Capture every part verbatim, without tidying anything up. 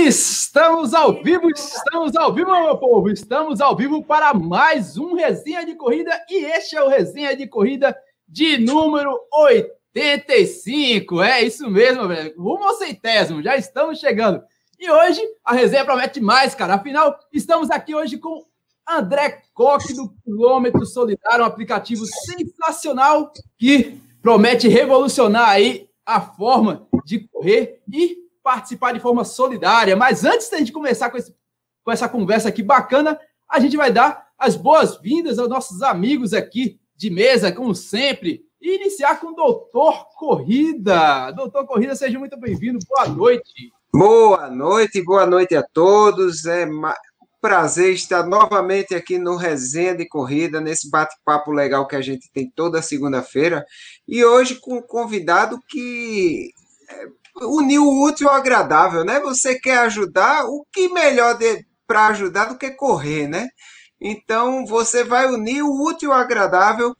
Estamos ao vivo, estamos ao vivo, meu povo, estamos ao vivo para mais um Resenha de Corrida e este é o Resenha de Corrida de número oitenta e cinco, é isso mesmo, velho, rumo ao centésimo, já estamos chegando. E hoje a resenha promete mais, cara, afinal, estamos aqui hoje com André Koch do Quilômetro Solidário, um aplicativo sensacional que promete revolucionar aí a forma de correr e participar de forma solidária. Mas antes da gente começar com, esse, com essa conversa aqui bacana, a gente vai dar as boas-vindas aos nossos amigos aqui de mesa, como sempre, e iniciar com o Doutor Corrida. Doutor Corrida, seja muito bem-vindo, boa noite. Boa noite, boa noite a todos. É um prazer estar novamente aqui no Resenha de Corrida, nesse bate-papo legal que a gente tem toda segunda-feira, e hoje com um convidado que uniu o útil ao agradável, né? Você quer ajudar, o que melhor para ajudar do que correr, né? Então, você vai unir o útil ao agradável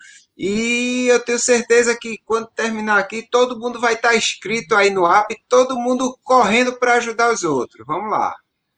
e eu tenho certeza que quando terminar aqui, todo mundo vai estar inscrito aí no app, todo mundo correndo para ajudar os outros. Vamos lá.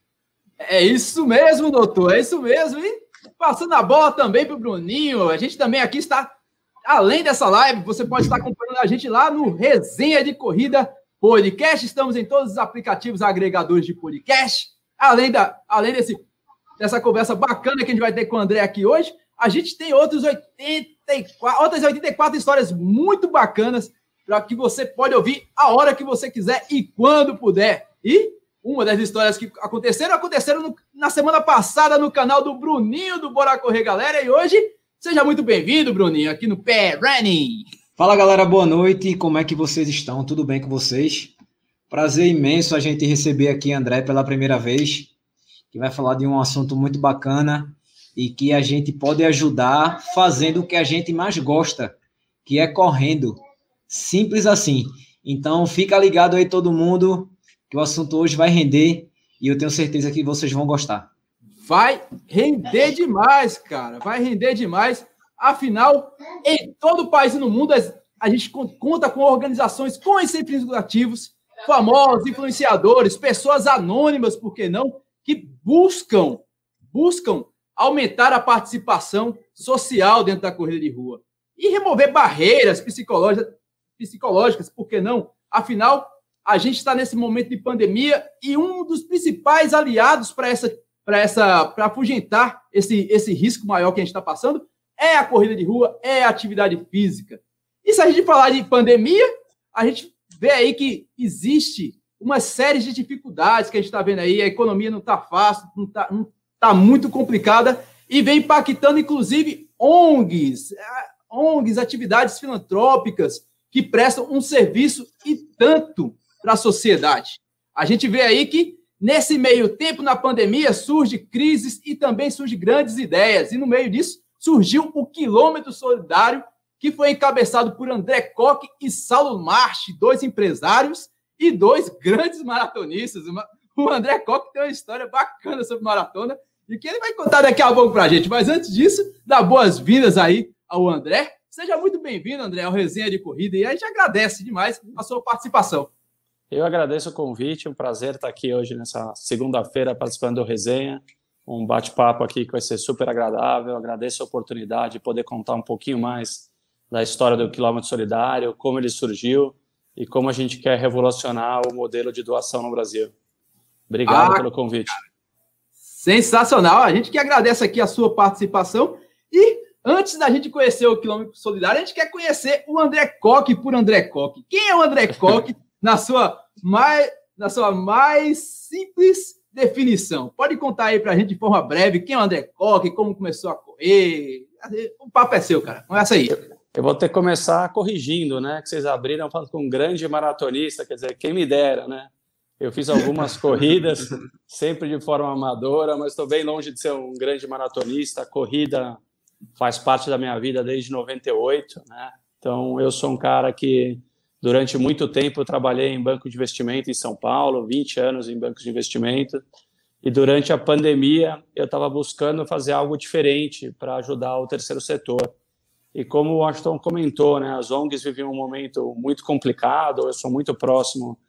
É isso mesmo, doutor, é isso mesmo. E passando a bola também para o Bruninho, a gente também aqui está, além dessa live, você pode estar acompanhando a gente lá no Resenha de Corrida Podcast, estamos em todos os aplicativos agregadores de podcast, além, da, além desse, dessa conversa bacana que a gente vai ter com o André aqui hoje, a gente tem outros oitenta e quatro, outras oitenta e quatro histórias muito bacanas para que você pode ouvir a hora que você quiser e quando puder. E uma das histórias que aconteceram, aconteceram no, na semana passada no canal do Bruninho do Bora Correr Galera, e hoje, seja muito bem-vindo, Bruninho, aqui no Pé Running. Fala, galera, boa noite, como é que vocês estão? Tudo bem com vocês? Prazer imenso a gente receber aqui André pela primeira vez, que vai falar de um assunto muito bacana e que a gente pode ajudar fazendo o que a gente mais gosta, que é correndo. Simples assim. Então, fica ligado aí todo mundo, que o assunto hoje vai render e eu tenho certeza que vocês vão gostar. Vai render demais, cara, vai render demais. Afinal, em todo o país e no mundo, a gente conta com organizações com e sem fins lucrativos, famosos, influenciadores, pessoas anônimas, por que não, que buscam, buscam aumentar a participação social dentro da corrida de rua e remover barreiras psicológicas, psicológicas, por que não? Afinal, a gente está nesse momento de pandemia e um dos principais aliados para essa, para essa, para afugentar esse, esse risco maior que a gente está passando é a corrida de rua, é a atividade física. E se a gente falar de pandemia, a gente vê aí que existe uma série de dificuldades que a gente está vendo aí, a economia não está fácil, não está não tá muito complicada, e vem impactando, inclusive, O N Gs, O N Gs, atividades filantrópicas, que prestam um serviço e tanto para a sociedade. A gente vê aí que, nesse meio tempo, na pandemia, surgem crises e também surgem grandes ideias, e no meio disso, surgiu o Quilômetro Solidário, que foi encabeçado por André Koch e Saulo Marchi, dois empresários e dois grandes maratonistas. O André Koch tem uma história bacana sobre maratona e que ele vai contar daqui a pouco para a gente. Mas antes disso, dá boas-vindas aí ao André. Seja muito bem-vindo, André, ao Resenha de Corrida, e a gente agradece demais a sua participação. Eu agradeço o convite, um prazer estar aqui hoje nessa segunda-feira participando do Resenha. Um bate-papo aqui que vai ser super agradável. Agradeço a oportunidade de poder contar um pouquinho mais da história do Quilômetro Solidário, como ele surgiu e como a gente quer revolucionar o modelo de doação no Brasil. Obrigado ah, pelo convite. Cara. Sensacional. A gente que agradece aqui a sua participação. E antes da gente conhecer o Quilômetro Solidário, a gente quer conhecer o André Koch por André Koch. Quem é o André Koch na sua mais, na sua mais simples definição? Pode contar aí pra gente de forma breve quem é o André Koch, como começou a correr. O papo é seu, cara. Começa aí. Eu vou ter que começar corrigindo, né? Que vocês abriram falando com um grande maratonista, quer dizer, quem me dera, né? Eu fiz algumas corridas, sempre de forma amadora, mas estou bem longe de ser um grande maratonista. A corrida faz parte da minha vida desde noventa e oito, né? Então, eu sou um cara que durante muito tempo eu trabalhei em banco de investimento em São Paulo, vinte anos em bancos de investimento, e durante a pandemia eu estava buscando fazer algo diferente para ajudar o terceiro setor. E como o Washington comentou, né, as O N Gs viviam um momento muito complicado, eu sou muito próximo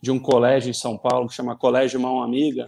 de um colégio em São Paulo que chama Colégio Mão Amiga,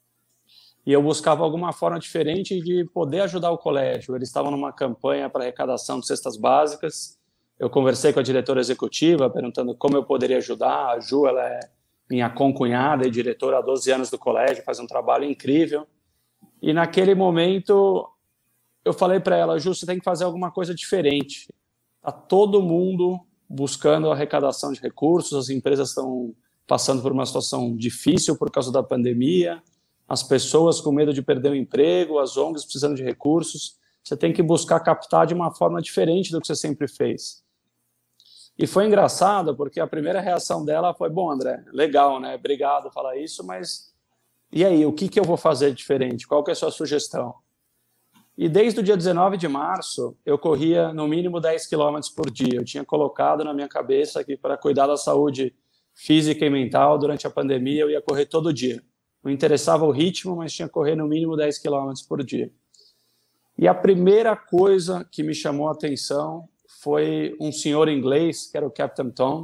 e eu buscava alguma forma diferente de poder ajudar o colégio. Eles estavam numa campanha para arrecadação de cestas básicas. Eu conversei com a diretora executiva, perguntando como eu poderia ajudar. A Ju, ela é minha concunhada e diretora há doze anos do colégio, faz um trabalho incrível. E naquele momento, eu falei para ela, Ju, você tem que fazer alguma coisa diferente. Está todo mundo buscando arrecadação de recursos, as empresas estão passando por uma situação difícil por causa da pandemia, as pessoas com medo de perder o emprego, as O N Gs precisando de recursos. Você tem que buscar captar de uma forma diferente do que você sempre fez. E foi engraçado, porque a primeira reação dela foi, bom, André, legal, né? Obrigado por falar isso, mas e aí, o que, que eu vou fazer diferente? Qual que é a sua sugestão? E desde o dia dezenove de março, eu corria no mínimo dez quilômetros por dia. Eu tinha colocado na minha cabeça que para cuidar da saúde física e mental durante a pandemia, eu ia correr todo dia. Não interessava o ritmo, mas tinha que correr no mínimo dez quilômetros por dia. E a primeira coisa que me chamou a atenção foi um senhor inglês, que era o Captain Tom,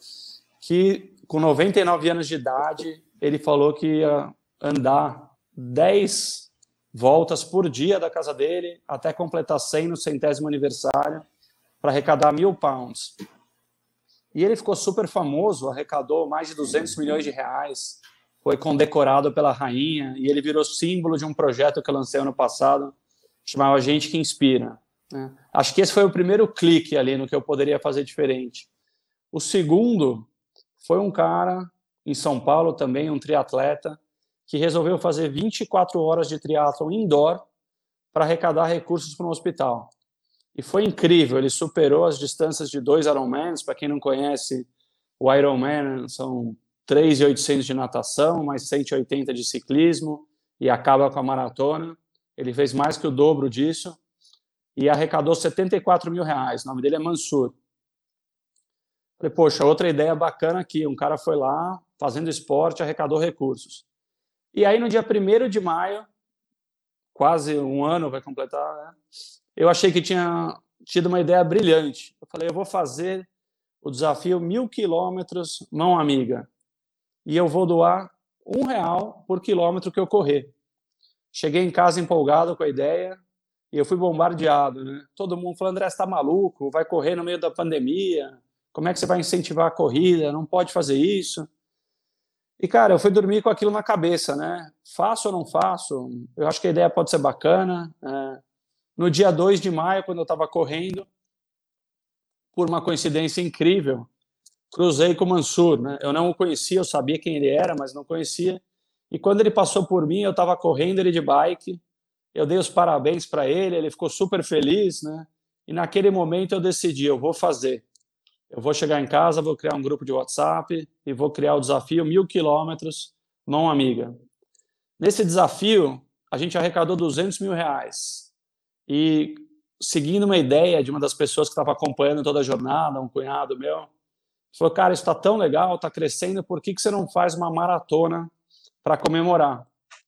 que com noventa e nove anos de idade, ele falou que ia andar dez voltas por dia da casa dele até completar cem no centésimo aniversário para arrecadar mil pounds. E ele ficou super famoso, arrecadou mais de duzentos milhões de reais, foi condecorado pela rainha e ele virou símbolo de um projeto que eu lancei ano passado, chamava Gente que Inspira. Né? Acho que esse foi o primeiro clique ali no que eu poderia fazer diferente. O segundo foi um cara em São Paulo também, um triatleta, que resolveu fazer vinte e quatro horas de triatlon indoor para arrecadar recursos para um hospital. E foi incrível, ele superou as distâncias de dois Ironmans. Para quem não conhece, o Ironman são três mil e oitocentos de natação, mais cento e oitenta de ciclismo, e acaba com a maratona. Ele fez mais que o dobro disso e arrecadou setenta e quatro mil reais. O nome dele é Mansur. Falei, poxa, outra ideia bacana aqui. Um cara foi lá, fazendo esporte, arrecadou recursos. E aí, no dia primeiro de maio, quase um ano vai completar, né? Eu achei que tinha tido uma ideia brilhante. Eu falei, eu vou fazer o desafio mil quilômetros mão amiga. E eu vou doar um real por quilômetro que eu correr. Cheguei em casa empolgado com a ideia e eu fui bombardeado, né? Todo mundo falou, André, você está maluco? Vai correr no meio da pandemia? Como é que você vai incentivar a corrida? Não pode fazer isso. E, cara, eu fui dormir com aquilo na cabeça, né? Faço ou não faço? Eu acho que a ideia pode ser bacana. É... No dia dois de maio, quando eu estava correndo, por uma coincidência incrível, cruzei com o Mansur, né? Eu não o conhecia, eu sabia quem ele era, mas não conhecia. E quando ele passou por mim, eu estava correndo ele de bike, eu dei os parabéns para ele, ele ficou super feliz, né? E naquele momento eu decidi, eu vou fazer. Eu vou chegar em casa, vou criar um grupo de WhatsApp e vou criar o desafio mil quilômetros mão amiga. Nesse desafio, a gente arrecadou duzentos mil reais. E seguindo uma ideia de uma das pessoas que estava acompanhando toda a jornada, um cunhado meu, falou, cara, isso está tão legal, está crescendo, por que, que você não faz uma maratona para comemorar?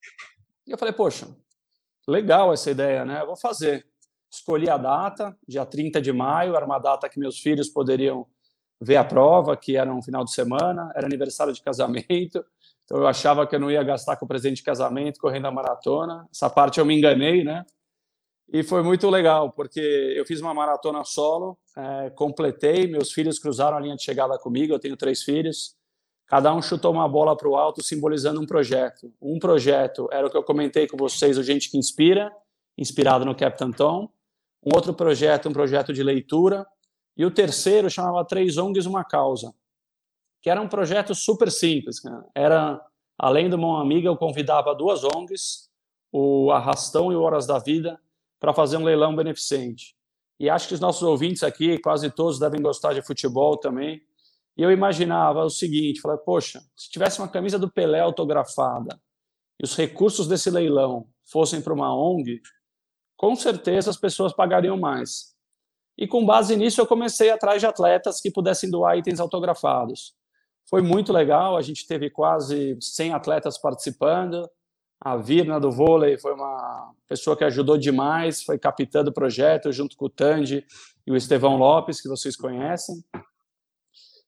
E eu falei, poxa, legal essa ideia, né? Eu vou fazer. Escolhi a data, dia trinta de maio, era uma data que meus filhos poderiam ver a prova, que era um final de semana, era aniversário de casamento, então eu achava que eu não ia gastar com o presente de casamento correndo a maratona. Essa parte eu me enganei, né? E foi muito legal, porque eu fiz uma maratona solo, é, completei, meus filhos cruzaram a linha de chegada comigo, eu tenho três filhos, cada um chutou uma bola para o alto, simbolizando um projeto. Um projeto era o que eu comentei com vocês, o Gente que Inspira, inspirado no Captain Tom. Um outro projeto, um projeto de leitura. E o terceiro chamava Três O N Gs, Uma Causa, que era um projeto super simples. Cara. Era, além do Mão Amiga, eu convidava duas O N Gs, o Arrastão e o Horas da Vida, para fazer um leilão beneficente. E acho que os nossos ouvintes aqui, quase todos, devem gostar de futebol também. E eu imaginava o seguinte, falei, poxa, se tivesse uma camisa do Pelé autografada e os recursos desse leilão fossem para uma O N G, com certeza as pessoas pagariam mais. E com base nisso eu comecei atrás de atletas que pudessem doar itens autografados. Foi muito legal, a gente teve quase cem atletas participando. A Virna do vôlei foi uma pessoa que ajudou demais, foi capitã do projeto, junto com o Tandy e o Estevão Lopes, que vocês conhecem.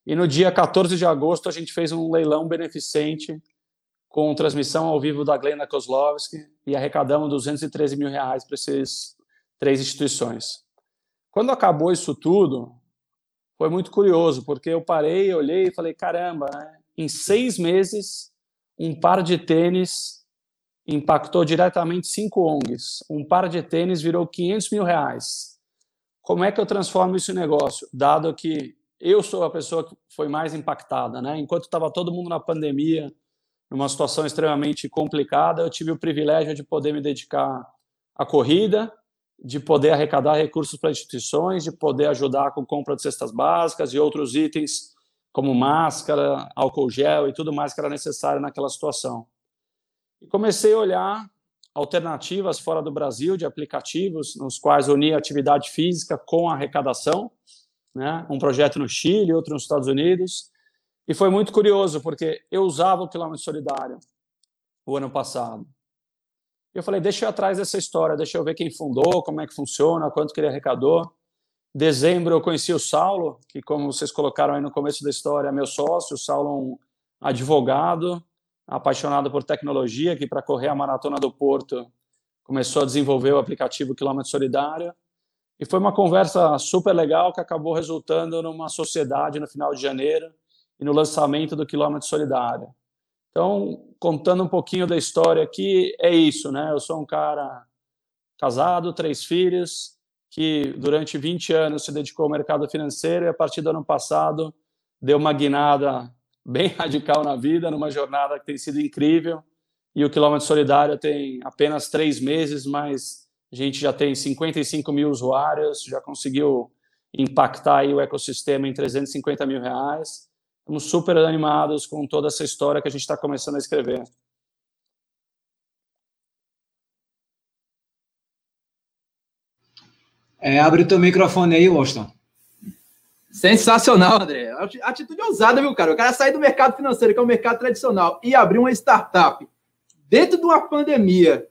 E no dia quatorze de agosto a gente fez um leilão beneficente com transmissão ao vivo da Glenda Kozlovski e arrecadamos duzentos e treze mil reais para essas três instituições. Quando acabou isso tudo, foi muito curioso, porque eu parei, olhei e falei, caramba, né? Em seis meses, um par de tênis impactou diretamente cinco O N Gs. Um par de tênis virou quinhentos mil reais. Como é que eu transformo isso em negócio? Dado que eu sou a pessoa que foi mais impactada, né? Enquanto estava todo mundo na pandemia, numa situação extremamente complicada, eu tive o privilégio de poder me dedicar à corrida, de poder arrecadar recursos para instituições, de poder ajudar com compra de cestas básicas e outros itens, como máscara, álcool gel e tudo mais que era necessário naquela situação. E comecei a olhar alternativas fora do Brasil de aplicativos nos quais unia atividade física com arrecadação, né? Um projeto no Chile, outro nos Estados Unidos. E foi muito curioso, porque eu usava o quilômetro solidário o ano passado. Eu falei, deixa eu ir atrás dessa história, deixa eu ver quem fundou, como é que funciona, quanto que ele arrecadou. Em dezembro eu conheci o Saulo, que, como vocês colocaram aí no começo da história, é meu sócio. O Saulo é um advogado, apaixonado por tecnologia, que para correr a Maratona do Porto começou a desenvolver o aplicativo Quilômetro Solidário. E foi uma conversa super legal que acabou resultando numa sociedade no final de janeiro e no lançamento do Quilômetro Solidário. Então, contando um pouquinho da história aqui, é isso, né? Eu sou um cara casado, três filhos, que durante vinte anos se dedicou ao mercado financeiro e a partir do ano passado deu uma guinada bem radical na vida, numa jornada que tem sido incrível. E o Quilômetro Solidário tem apenas três meses, mas a gente já tem cinquenta e cinco mil usuários, já conseguiu impactar aí o ecossistema em trezentos e cinquenta mil reais. Estamos super animados com toda essa história que a gente está começando a escrever. É, abre o teu microfone aí, Washington. Sensacional, André. Atitude ousada, viu, cara? O cara sair do mercado financeiro, que é o mercado tradicional, e abrir uma startup dentro de uma pandemia.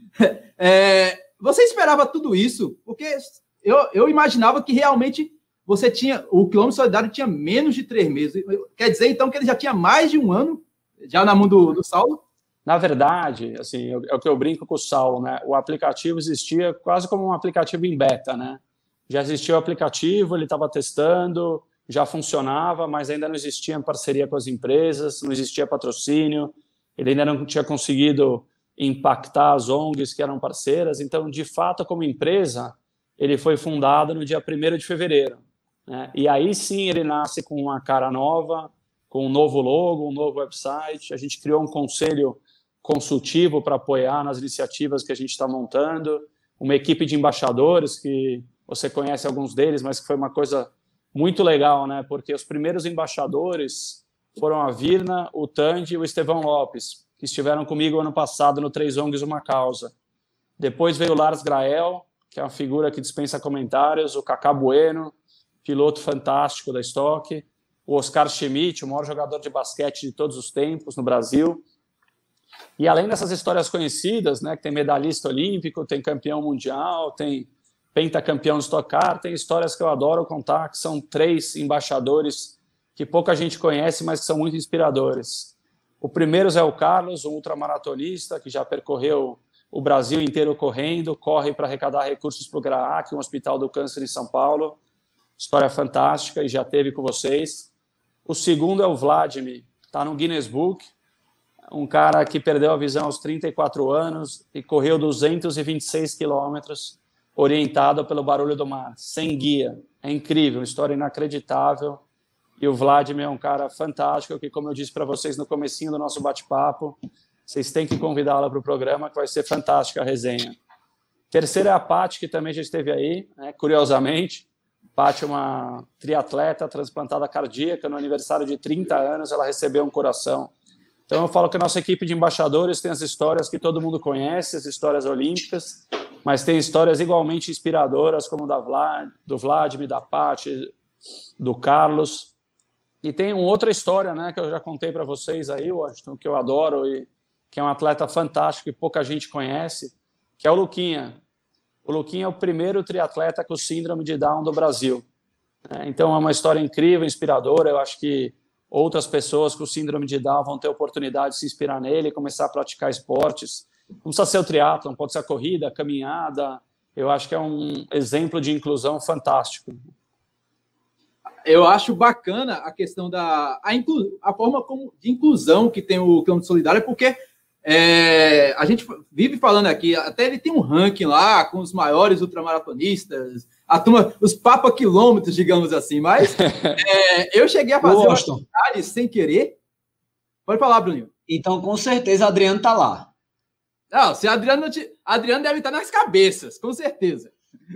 É, você esperava tudo isso? Porque eu, eu imaginava que realmente você tinha... O Quilômetro Solidário tinha menos de três meses. Quer dizer, então, que ele já tinha mais de um ano já na mão do, do Saulo? Na verdade, assim, é o que eu brinco com o Saulo, né? O aplicativo existia quase como um aplicativo em beta, né? Já existia o aplicativo, ele estava testando, já funcionava, mas ainda não existia parceria com as empresas, não existia patrocínio, ele ainda não tinha conseguido impactar as O N Gs que eram parceiras. Então, de fato, como empresa, ele foi fundado no dia primeiro de fevereiro, né? E aí sim ele nasce com uma cara nova, com um novo logo, um novo website. A gente criou um conselho consultivo para apoiar nas iniciativas que a gente está montando, uma equipe de embaixadores que você conhece alguns deles, mas que foi uma coisa muito legal, né? Porque os primeiros embaixadores foram a Virna, o Tandy e o Estevão Lopes, que estiveram comigo ano passado no Três O N Gs Uma Causa. Depois veio o Lars Grael, que é uma figura que dispensa comentários, o Cacá Bueno, piloto fantástico da Stock, o Oscar Schmidt, o maior jogador de basquete de todos os tempos no Brasil. E além dessas histórias conhecidas, né, que tem medalhista olímpico, tem campeão mundial, tem pentacampeão de Stock Car, tem histórias que eu adoro contar, que são três embaixadores que pouca gente conhece, mas que são muito inspiradores. O primeiro é o Carlos, um ultramaratonista que já percorreu o Brasil inteiro correndo, corre para arrecadar recursos para o GRAAC, um hospital do câncer em São Paulo. História fantástica e já teve com vocês. O segundo é o Vladimir, está no Guinness Book, um cara que perdeu a visão aos trinta e quatro anos e correu duzentos e vinte e seis quilômetros orientado pelo barulho do mar, sem guia. É incrível, uma história inacreditável. E o Vladimir é um cara fantástico que, como eu disse para vocês no comecinho do nosso bate-papo, vocês têm que convidá-la para o programa, que vai ser fantástica a resenha. Terceira é a Paty, que também já esteve aí, né, curiosamente. Paty é uma triatleta transplantada cardíaca. No aniversário de trinta anos, ela recebeu um coração. Então, eu falo que a nossa equipe de embaixadores tem as histórias que todo mundo conhece, as histórias olímpicas, mas tem histórias igualmente inspiradoras, como da Vlad, do Vladimir, da Paty, do Carlos. E tem uma outra história, né, que eu já contei para vocês aí, Washington, que eu adoro, e que é um atleta fantástico e pouca gente conhece, que é o Luquinha. O Luquinha é o primeiro triatleta com síndrome de Down do Brasil. Então, é uma história incrível, inspiradora. Eu acho que outras pessoas com síndrome de Down vão ter oportunidade de se inspirar nele e começar a praticar esportes. Não precisa ser o triatlon, pode ser a corrida, a caminhada. Eu acho que é um exemplo de inclusão fantástico. Eu acho bacana a questão da a, inclu, a forma como, de inclusão que tem o quilômetro solidário, porque é, a gente vive falando aqui, até ele tem um ranking lá com os maiores ultramaratonistas, a turma, os papa quilômetros, digamos assim, mas é, eu cheguei a fazer uma atividade sem querer. Pode falar, Bruninho. Então, com certeza, Adriano está lá. Não, se Adriano, Adriano deve estar nas cabeças, com certeza.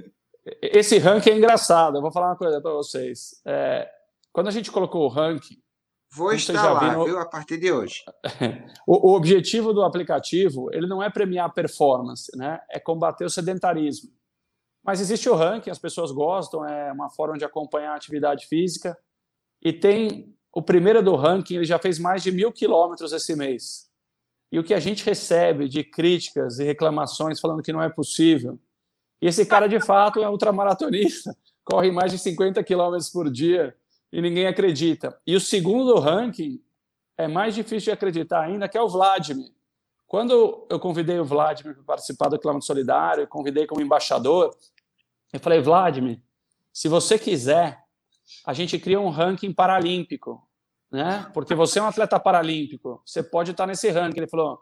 Esse ranking é engraçado. Eu vou falar uma coisa para vocês. É, quando a gente colocou o ranking... Vou estar lá, viram, viu, a partir de hoje. o, o objetivo do aplicativo, ele não é premiar performance, né? É combater o sedentarismo. Mas existe o ranking, as pessoas gostam, é uma forma de acompanhar a atividade física. E tem o primeiro do ranking, ele já fez mais de mil quilômetros esse mês. E o que a gente recebe de críticas e reclamações falando que não é possível. E esse cara, de fato, é ultramaratonista, corre mais de cinquenta quilômetros por dia e ninguém acredita. E o segundo ranking é mais difícil de acreditar ainda, que é o Vladimir. Quando eu convidei o Vladimir para participar do Quilômetro Solidário, eu convidei como embaixador, eu falei, Vladimir, se você quiser, a gente cria um ranking paralímpico, né? Porque você é um atleta paralímpico, você pode estar nesse ranking. Ele falou,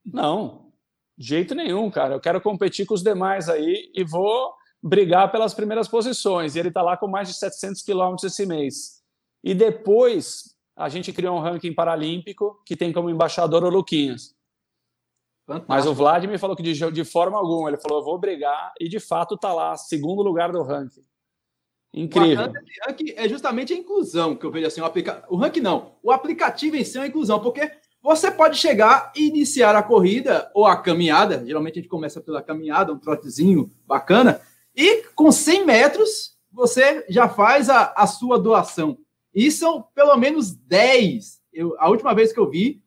não, de jeito nenhum, cara, eu quero competir com os demais aí e vou brigar pelas primeiras posições. E ele está lá com mais de setecentos quilômetros esse mês. E depois a gente criou um ranking paralímpico que tem como embaixador o Luquinhas. Fantástico. Mas o Vladimir falou que de, de forma alguma, ele falou, eu vou brigar, e de fato está lá, segundo lugar do ranking. Incrível. O ranking é justamente a inclusão, que eu vejo assim, o, aplica... o ranking não, o aplicativo em si é a inclusão, porque você pode chegar e iniciar a corrida ou a caminhada, geralmente a gente começa pela caminhada, um trotezinho bacana, e com cem metros você já faz a, a sua doação. E são pelo menos dez. Eu, a última vez que eu vi,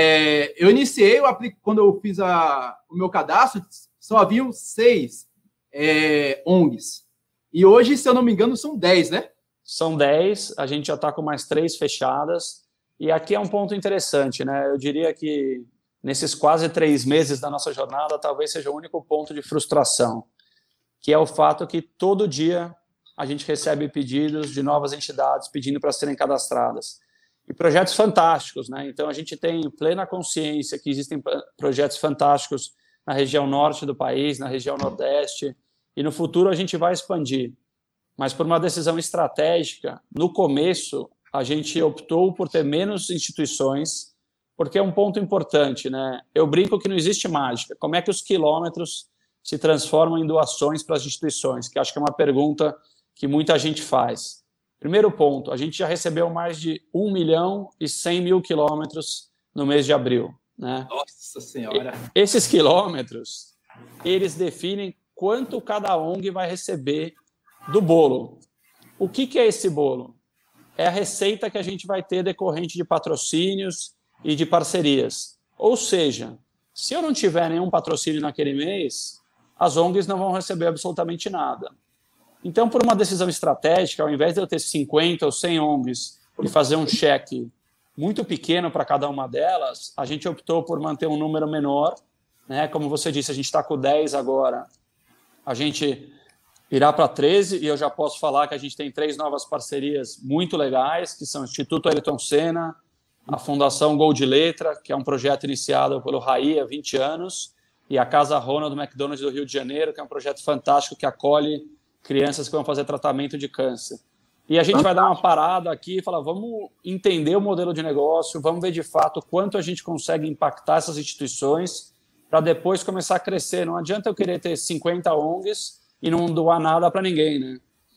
É, eu iniciei, eu aplico, quando eu fiz a, o meu cadastro, só haviam seis é, O N Gs. E hoje, se eu não me engano, são dez, né? São dez, a gente já está com mais três fechadas. E aqui é um ponto interessante, né? Eu diria que nesses quase três meses da nossa jornada, talvez seja o único ponto de frustração, que é o fato que todo dia a gente recebe pedidos de novas entidades pedindo para serem cadastradas. E projetos fantásticos, né? Então a gente tem plena consciência que existem projetos fantásticos na região norte do país, na região nordeste, e no futuro a gente vai expandir. Mas por uma decisão estratégica, no começo a gente optou por ter menos instituições, porque é um ponto importante, né? Eu brinco que não existe mágica. Como é que os quilômetros se transformam em doações para as instituições? Que acho que é uma pergunta que muita gente faz. Primeiro ponto, a gente já recebeu mais de um milhão e cem mil quilômetros no mês de abril, né? Nossa Senhora! E esses quilômetros, eles definem quanto cada O N G vai receber do bolo. O que, que é esse bolo? É a receita que a gente vai ter decorrente de patrocínios e de parcerias. Ou seja, se eu não tiver nenhum patrocínio naquele mês, as O N Gs não vão receber absolutamente nada. Então, por uma decisão estratégica, ao invés de eu ter cinquenta ou cem O N Gs e fazer um cheque muito pequeno para cada uma delas, a gente optou por manter um número menor, né? Como você disse, a gente está com dez agora, a gente irá para treze, e eu já posso falar que a gente tem três novas parcerias muito legais, que são o Instituto Ayrton Senna, a Fundação Gol de Letra, que é um projeto iniciado pelo Raí há vinte anos, e a Casa Ronald McDonald do Rio de Janeiro, que é um projeto fantástico que acolhe crianças que vão fazer tratamento de câncer. E a gente vai dar uma parada aqui e falar, vamos entender o modelo de negócio, vamos ver de fato quanto a gente consegue impactar essas instituições para depois começar a crescer. Não adianta eu querer ter cinquenta O N Gs e não doar nada para ninguém, né?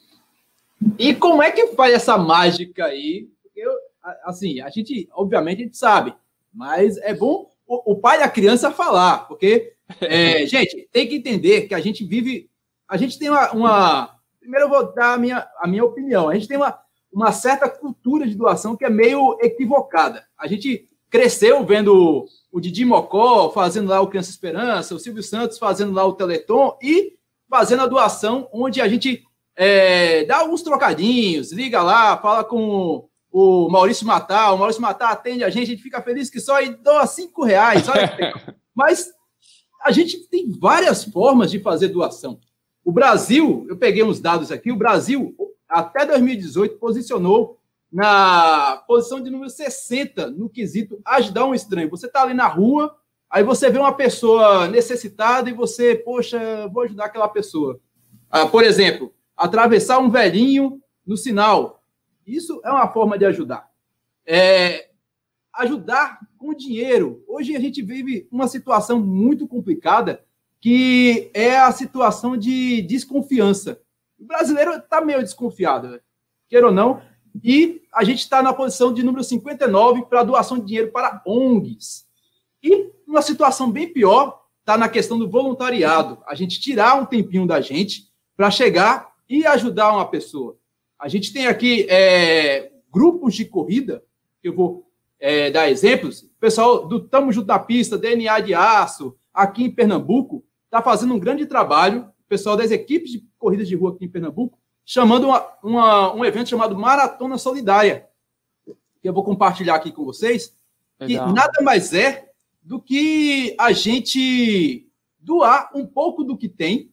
E como é que faz essa mágica aí? Eu, assim, a gente, obviamente, a gente sabe, mas é bom o, o pai da criança falar, porque, é, gente, tem que entender que a gente vive... A gente tem uma, uma... Primeiro eu vou dar a minha, a minha opinião. A gente tem uma, uma certa cultura de doação que é meio equivocada. A gente cresceu vendo o Didi Mocó fazendo lá o Criança Esperança, o Silvio Santos fazendo lá o Teleton e fazendo a doação onde a gente é, dá alguns trocadinhos, liga lá, fala com o Maurício Matar, o Maurício Matar atende a gente, a gente fica feliz que só e doa cinco reais. Olha, mas a gente tem várias formas de fazer doação. O Brasil, eu peguei uns dados aqui, o Brasil, até dois mil e dezoito, posicionou na posição de número sessenta no quesito ajudar um estranho. Você está ali na rua, aí você vê uma pessoa necessitada e você, poxa, vou ajudar aquela pessoa. Ah, por exemplo, atravessar um velhinho no sinal. Isso é uma forma de ajudar. É, ajudar com dinheiro. Hoje a gente vive uma situação muito complicada, que é a situação de desconfiança. O brasileiro está meio desconfiado, queira ou não, e a gente está na posição de número cinquenta e nove para doação de dinheiro para O N Gs. E uma situação bem pior está na questão do voluntariado. A gente tirar um tempinho da gente para chegar e ajudar uma pessoa. A gente tem aqui é, grupos de corrida, que eu vou é, dar exemplos. O pessoal do Tamo Junto na Pista, D N A de Aço, aqui em Pernambuco, está fazendo um grande trabalho, o pessoal das equipes de corridas de rua aqui em Pernambuco, chamando uma, uma, um evento chamado Maratona Solidária, que eu vou compartilhar aqui com vocês, Legal. Que nada mais é do que a gente doar um pouco do que tem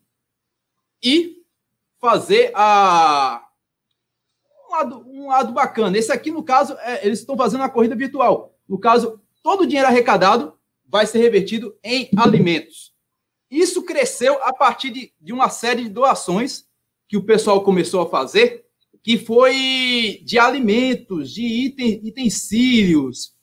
e fazer a... um, lado, um lado bacana. Esse aqui, no caso, é, eles estão fazendo uma corrida virtual. No caso, todo o dinheiro arrecadado vai ser revertido em alimentos. Isso cresceu a partir de, de uma série de doações que o pessoal começou a fazer, que foi de alimentos, de item, utensílios,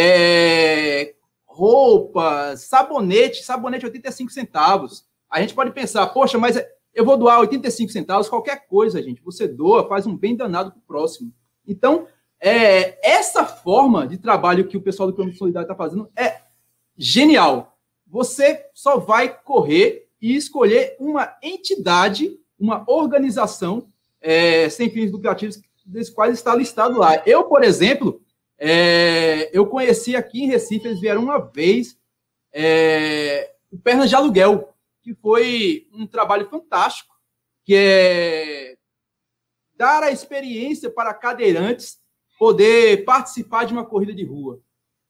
é, roupas, sabonete, sabonete oitenta e cinco centavos. A gente pode pensar, poxa, mas eu vou doar oitenta e cinco centavos, qualquer coisa, gente. Você doa, faz um bem danado para o próximo. Então, é, essa forma de trabalho que o pessoal do Quilômetro Solidário está fazendo é genial. Você só vai correr e escolher uma entidade, uma organização é, sem fins lucrativos, dos quais está listado lá. Eu, por exemplo, é, eu conheci aqui em Recife, eles vieram uma vez, é, o Pernas de Aluguel, que foi um trabalho fantástico, que é dar a experiência para cadeirantes poder participar de uma corrida de rua.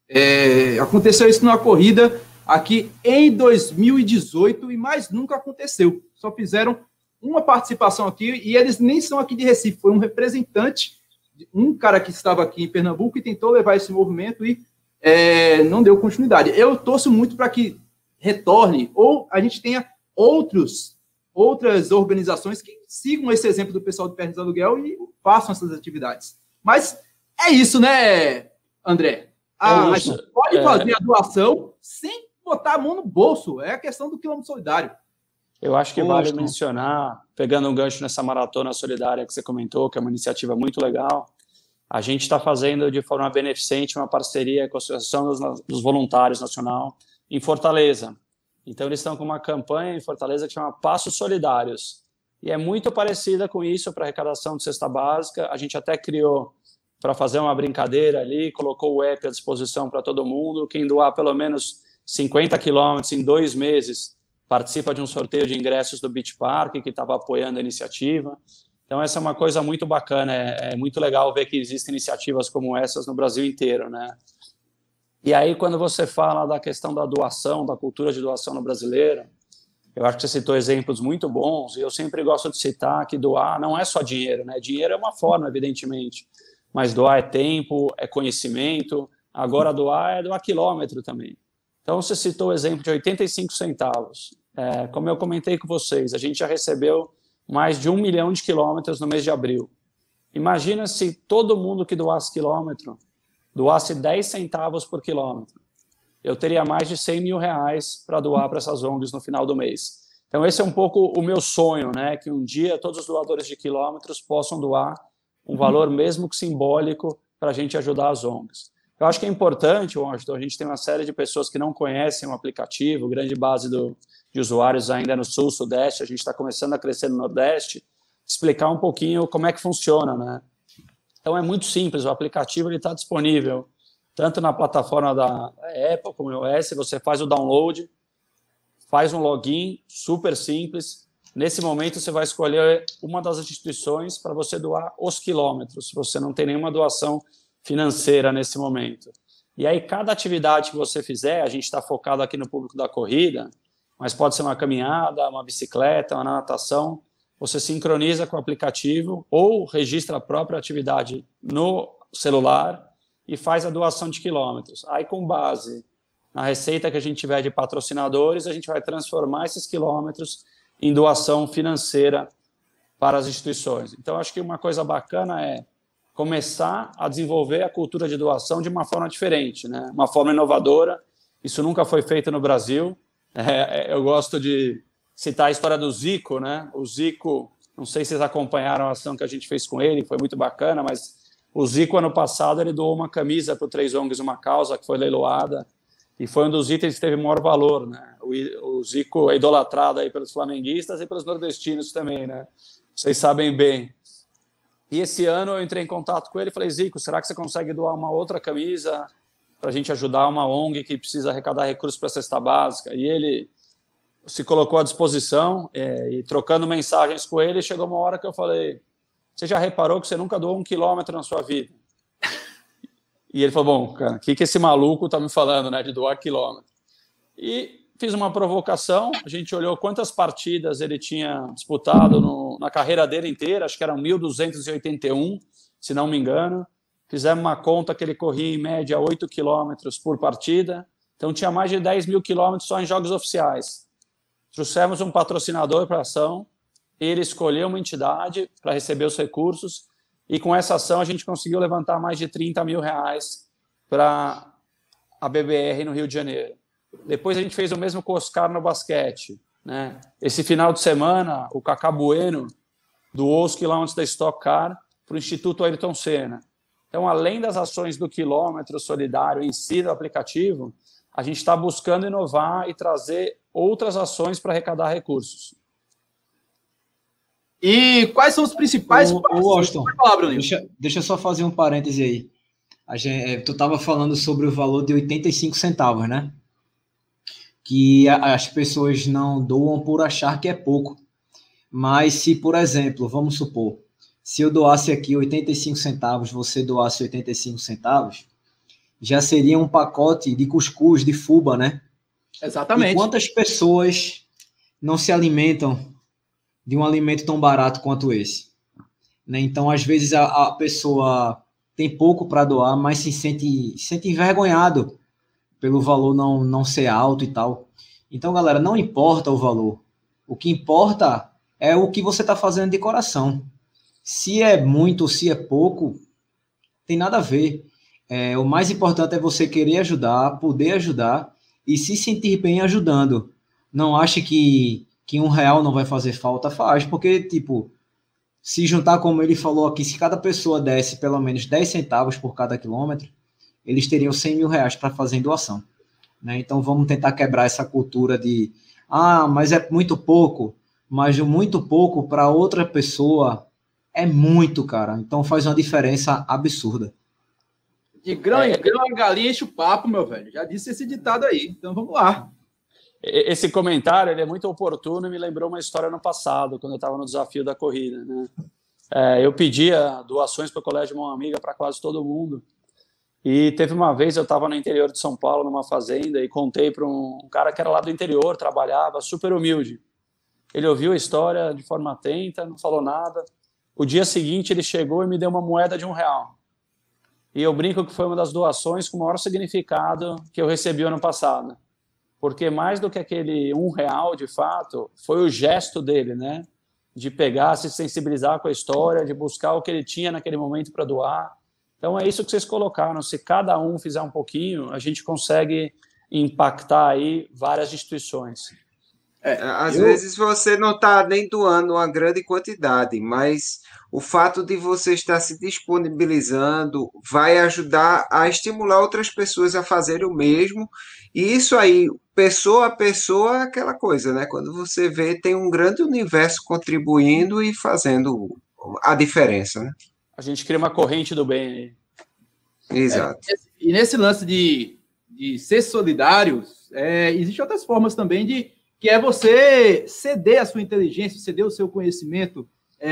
É, aconteceu isso numa corrida aqui em dois mil e dezoito e mais nunca aconteceu. Só fizeram uma participação aqui e eles nem são aqui de Recife. Foi um representante, um cara que estava aqui em Pernambuco e tentou levar esse movimento e é, não deu continuidade. Eu torço muito para que retorne ou a gente tenha outros, outras organizações que sigam esse exemplo do pessoal de Pernas de Aluguel e façam essas atividades. Mas é isso, né, André? A, é a gente pode é... fazer a doação sem botar a mão no bolso. É a questão do quilômetro solidário. Eu acho que Poxa. vale mencionar, pegando um gancho nessa maratona solidária que você comentou, que é uma iniciativa muito legal, a gente está fazendo de forma beneficente uma parceria com a Associação dos, dos Voluntários Nacional em Fortaleza. Então, eles estão com uma campanha em Fortaleza que chama Passos Solidários. E é muito parecida com isso para arrecadação de cesta básica. A gente até criou para fazer uma brincadeira ali, colocou o app à disposição para todo mundo. Quem doar pelo menos cinquenta quilômetros em dois meses participa de um sorteio de ingressos do Beach Park, que estava apoiando a iniciativa. Então, essa é uma coisa muito bacana. É, é muito legal ver que existem iniciativas como essas no Brasil inteiro, né? E aí, quando você fala da questão da doação, da cultura de doação no brasileiro, eu acho que você citou exemplos muito bons, e eu sempre gosto de citar que doar não é só dinheiro, né? Dinheiro é uma forma, evidentemente, mas doar é tempo, é conhecimento, agora doar é doar quilômetro também. Então, você citou o exemplo de oitenta e cinco centavos. É, como eu comentei com vocês, a gente já recebeu mais de um milhão de quilômetros no mês de abril. Imagina se todo mundo que doasse quilômetro doasse dez centavos por quilômetro. Eu teria mais de cem mil reais para doar para essas O N Gs no final do mês. Então, esse é um pouco o meu sonho, né? Que um dia todos os doadores de quilômetros possam doar um valor, mesmo que simbólico, para a gente ajudar as O N Gs. Eu acho que é importante, Washington, a gente tem uma série de pessoas que não conhecem o aplicativo, grande base do, de usuários ainda no Sul, Sudeste, a gente está começando a crescer no Nordeste, explicar um pouquinho como é que funciona, né? Então, é muito simples, o aplicativo está disponível tanto na plataforma da Apple como no iOS, você faz o download, faz um login super simples, Nesse momento, você vai escolher uma das instituições para você doar os quilômetros, se você não tem nenhuma doação financeira nesse momento. E aí, cada atividade que você fizer, a gente está focado aqui no público da corrida, mas pode ser uma caminhada, uma bicicleta, uma natação, você sincroniza com o aplicativo ou registra a própria atividade no celular e faz a doação de quilômetros. Aí, com base na receita que a gente tiver de patrocinadores, a gente vai transformar esses quilômetros em doação financeira para as instituições. Então, acho que uma coisa bacana é começar a desenvolver a cultura de doação de uma forma diferente, né? Uma forma inovadora. Isso nunca foi feito no Brasil. É, eu gosto de citar a história do Zico, né? O Zico, não sei se vocês acompanharam a ação que a gente fez com ele, foi muito bacana, mas o Zico, ano passado, ele doou uma camisa para o Três O N Gs, uma causa que foi leiloada, e foi um dos itens que teve maior valor, né? O, o Zico é idolatrado aí pelos flamenguistas e pelos nordestinos também, né? Vocês sabem bem. E esse ano eu entrei em contato com ele e falei, Zico, será que você consegue doar uma outra camisa para a gente ajudar uma O N G que precisa arrecadar recursos para a cesta básica? E ele se colocou à disposição, é, e trocando mensagens com ele, chegou uma hora que eu falei, você já reparou que você nunca doou um quilômetro na sua vida? E ele falou, bom, cara, o que, que esse maluco está me falando, né, de doar quilômetro? E fiz uma provocação, a gente olhou quantas partidas ele tinha disputado no, na carreira dele inteira, acho que eram mil duzentos e oitenta e um, se não me engano. Fizemos uma conta que ele corria em média oito quilômetros por partida, então tinha mais de dez mil quilômetros só em jogos oficiais. Trouxemos um patrocinador para a ação, ele escolheu uma entidade para receber os recursos, e com essa ação a gente conseguiu levantar mais de trinta mil reais para a B B R no Rio de Janeiro. Depois a gente fez o mesmo com o Oscar no basquete, né? Esse final de semana, o Cacá Bueno doou os quilômetros da Stock Car para o Instituto Ayrton Senna. Então, além das ações do quilômetro solidário em si do aplicativo, a gente está buscando inovar e trazer outras ações para arrecadar recursos. E quais são os principais... O, o Austin, deixa, deixa eu só fazer um parêntese aí. A gente, tu estava falando sobre o valor de oitenta e cinco centavos, né? Que a, as pessoas não doam por achar que é pouco. Mas se, por exemplo, vamos supor, se eu doasse aqui oitenta e cinco centavos, você doasse oitenta e cinco centavos, já seria um pacote de cuscuz, de fubá, né? Exatamente. E quantas pessoas não se alimentam de um alimento tão barato quanto esse? Né? Então, às vezes, a, a pessoa tem pouco para doar, mas se sente, se sente envergonhado pelo valor não, não ser alto e tal. Então, galera, não importa o valor. O que importa é o que você está fazendo de coração. Se é muito ou se é pouco, tem nada a ver. É, o mais importante é você querer ajudar, poder ajudar e se sentir bem ajudando. Não ache que, que um real não vai fazer falta, faz, porque, tipo, se juntar, como ele falou aqui, se cada pessoa desse pelo menos dez centavos por cada quilômetro, eles teriam cem mil reais para fazer em doação. Né? Então, vamos tentar quebrar essa cultura de, ah, mas é muito pouco, mas o muito pouco para outra pessoa é muito, cara. Então, faz uma diferença absurda. De grão em grão, a galinha enche o papo, meu velho. Já disse esse ditado aí. Então, vamos lá. Esse comentário ele é muito oportuno e me lembrou uma história no passado, quando eu estava no desafio da corrida. Né? É, eu pedia doações para o Colégio Mão Amiga para quase todo mundo. E teve uma vez, eu estava no interior de São Paulo, numa fazenda, e contei para um cara que era lá do interior, trabalhava, super humilde. Ele ouviu a história de forma atenta, não falou nada. O dia seguinte, ele chegou e me deu uma moeda de um real. E eu brinco que foi uma das doações com o maior significado que eu recebi ano passado. Porque mais do que aquele um real, de fato, foi o gesto dele, né? De pegar, se sensibilizar com a história, de buscar o que ele tinha naquele momento para doar. Então, é isso que vocês colocaram. Se cada um fizer um pouquinho, a gente consegue impactar aí várias instituições. É, às eu... vezes você não está nem doando uma grande quantidade, mas o fato de você estar se disponibilizando vai ajudar a estimular outras pessoas a fazerem o mesmo. E isso aí, pessoa a pessoa, é aquela coisa, né? Quando você vê, tem um grande universo contribuindo e fazendo a diferença, né? A gente cria uma corrente do bem aí. Exato. É, e nesse lance de, de ser solidário, é, existem outras formas também de que é você ceder a sua inteligência, ceder o seu conhecimento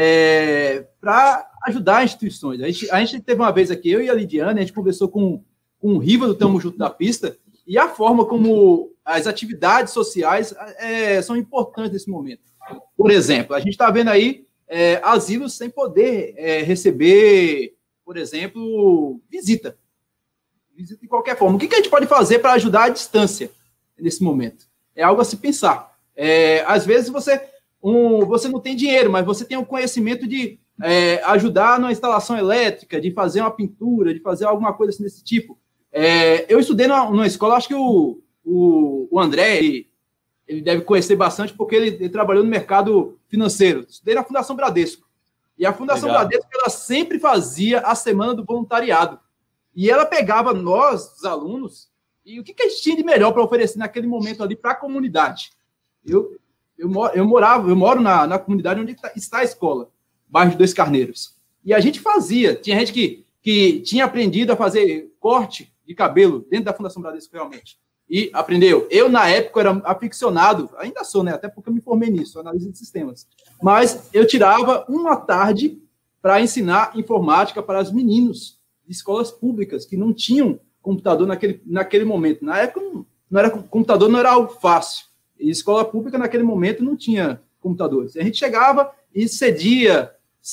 é, para ajudar instituições. A gente, a gente teve uma vez aqui, eu e a Lidiane, a gente conversou com, com o Riva do Tamo Junto da Pista, e a forma como as atividades sociais é, são importantes nesse momento. Por exemplo, a gente está vendo aí é, asilos sem poder é, receber, por exemplo, visita. Visita de qualquer forma. O que, que a gente pode fazer para ajudar à distância nesse momento? É algo a se pensar. É, às vezes você, um, você não tem dinheiro, mas você tem o conhecimento de é, ajudar na instalação elétrica, de fazer uma pintura, de fazer alguma coisa assim desse tipo. É, eu estudei numa, numa escola, acho que o, o, o André, ele, ele deve conhecer bastante, porque ele, ele trabalhou no mercado financeiro. Estudei na Fundação Bradesco. E a Fundação Legal. Bradesco, ela sempre fazia a Semana do Voluntariado. E ela pegava nós, os alunos, e o que, que a gente tinha de melhor para oferecer naquele momento ali para a comunidade? Eu, eu, eu, morava, eu moro na, na comunidade onde está a escola, bairro de Dois Carneiros. E a gente fazia. Tinha gente que, que tinha aprendido a fazer corte de cabelo dentro da Fundação Bradesco, realmente. E aprendeu. Eu, na época, era aficionado, ainda sou, né? Até porque eu me formei nisso, análise de sistemas. Mas eu tirava uma tarde para ensinar informática para os meninos de escolas públicas que não tinham computador naquele, naquele momento. Na época, não, não era, computador não era algo fácil. E escola pública, naquele momento, não tinha computadores. A gente chegava e cedia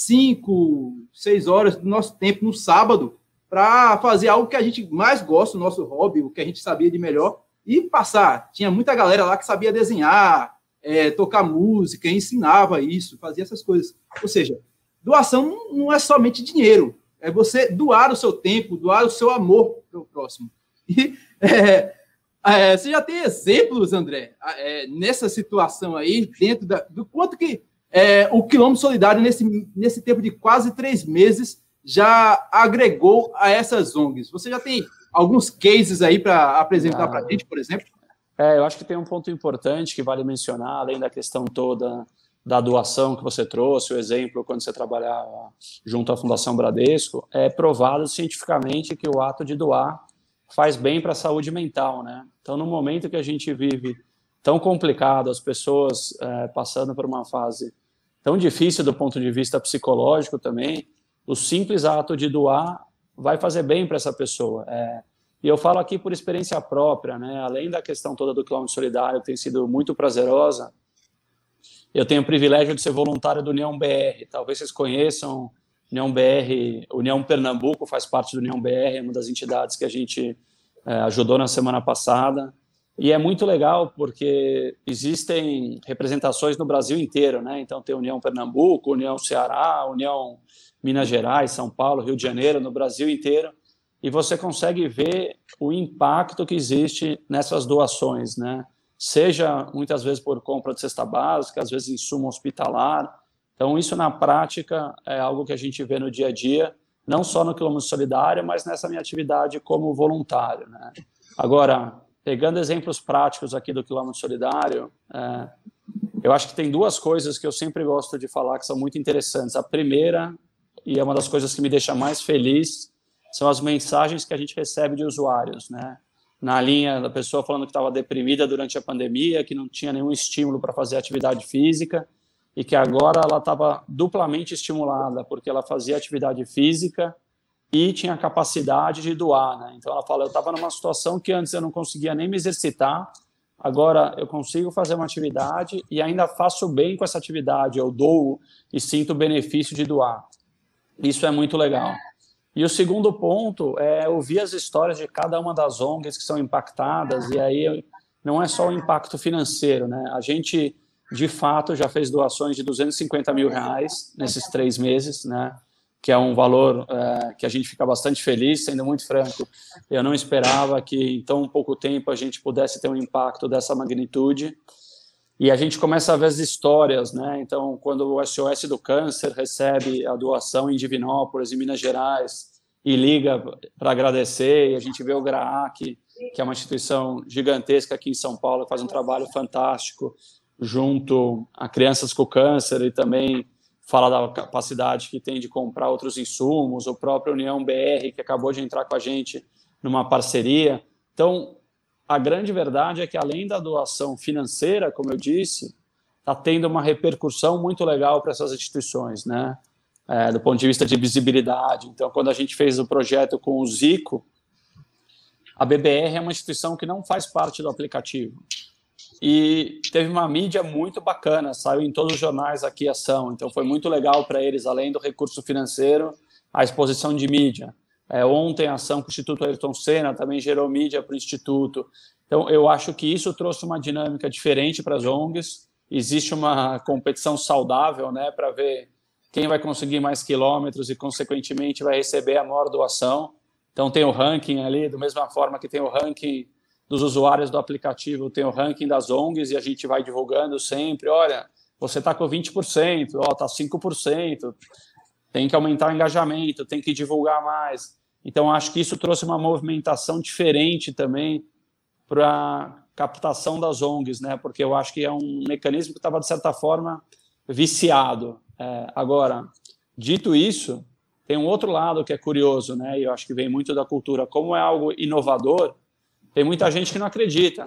cinco, seis horas do nosso tempo no sábado para fazer algo que a gente mais gosta, o nosso hobby, o que a gente sabia de melhor, e passar. Tinha muita galera lá que sabia desenhar, é, tocar música, ensinava isso, fazia essas coisas. Ou seja, doação não é somente dinheiro, é você doar o seu tempo, doar o seu amor para o próximo. E é, é, você já tem exemplos, André, é, nessa situação aí, dentro da, do quanto que é, o Quilômetro Solidário, nesse, nesse tempo de quase três meses, já agregou a essas O N Gs. Você já tem alguns cases aí para apresentar ah, para a gente, por exemplo? É, eu acho que tem um ponto importante que vale mencionar, além da questão toda da doação que você trouxe, o exemplo quando você trabalhava junto à Fundação Bradesco, é provado cientificamente que o ato de doar faz bem para a saúde mental, né? Então, no momento que a gente vive tão complicado, as pessoas é, passando por uma fase tão difícil do ponto de vista psicológico também, o simples ato de doar vai fazer bem para essa pessoa. É, e eu falo aqui por experiência própria, né? Além da questão toda do Quilômetro Solidário, que tem sido muito prazerosa, eu tenho o privilégio de ser voluntário do União B R. Talvez vocês conheçam União B R, União Pernambuco faz parte do União B R, é uma das entidades que a gente é, ajudou na semana passada. E é muito legal porque existem representações no Brasil inteiro, né? Então tem União Pernambuco, União Ceará, União Minas Gerais, São Paulo, Rio de Janeiro, no Brasil inteiro, e você consegue ver o impacto que existe nessas doações, né? Seja muitas vezes por compra de cesta básica, às vezes insumo hospitalar. Então isso na prática é algo que a gente vê no dia a dia, não só no Quilômetro Solidário, mas nessa minha atividade como voluntário, né? Agora, pegando exemplos práticos aqui do Quilômetro Solidário, é, eu acho que tem duas coisas que eu sempre gosto de falar que são muito interessantes. A primeira, e é uma das coisas que me deixa mais feliz, são as mensagens que a gente recebe de usuários, né? Na linha da pessoa falando que estava deprimida durante a pandemia, que não tinha nenhum estímulo para fazer atividade física e que agora ela estava duplamente estimulada, porque ela fazia atividade física e tinha capacidade de doar, né? Então ela fala, eu estava numa situação que antes eu não conseguia nem me exercitar, agora eu consigo fazer uma atividade e ainda faço bem com essa atividade, eu dou e sinto o benefício de doar. Isso é muito legal. E o segundo ponto é ouvir as histórias de cada uma das O N Gs que são impactadas, e aí não é só o impacto financeiro, né? A gente, de fato, já fez doações de duzentos e cinquenta mil reais nesses três meses, né? Que é um valor é, que a gente fica bastante feliz, sendo muito franco. Eu não esperava que em tão pouco tempo a gente pudesse ter um impacto dessa magnitude. E a gente começa a ver as histórias, né? Então, quando o S O S do Câncer recebe a doação em Divinópolis, em Minas Gerais, e liga para agradecer, e a gente vê o GRAAC, que é uma instituição gigantesca aqui em São Paulo, que faz um trabalho fantástico junto a crianças com câncer e também fala da capacidade que tem de comprar outros insumos, o próprio União B R, que acabou de entrar com a gente numa parceria. Então, a grande verdade é que, além da doação financeira, como eu disse, está tendo uma repercussão muito legal para essas instituições, né? É, do ponto de vista de visibilidade. Então, quando a gente fez o projeto com o Zico, a B B R é uma instituição que não faz parte do aplicativo. E teve uma mídia muito bacana, saiu em todos os jornais aqui a ação. Então, foi muito legal para eles, além do recurso financeiro, a exposição de mídia. É, ontem, a ação com o Instituto Ayrton Senna também gerou mídia para o Instituto. Então, eu acho que isso trouxe uma dinâmica diferente para as O N Gs. Existe uma competição saudável, né, para ver quem vai conseguir mais quilômetros e, consequentemente, vai receber a maior doação. Então, tem o ranking ali, da mesma forma que tem o ranking dos usuários do aplicativo, tem o ranking das O N Gs e a gente vai divulgando sempre, olha, você está com vinte por cento, ó, está cinco por cento, tem que aumentar o engajamento, tem que divulgar mais. Então, acho que isso trouxe uma movimentação diferente também para a captação das O N Gs, né? Porque eu acho que é um mecanismo que estava, de certa forma, viciado. É, agora, dito isso, tem um outro lado que é curioso, né? E eu acho que vem muito da cultura. Como é algo inovador, tem muita gente que não acredita,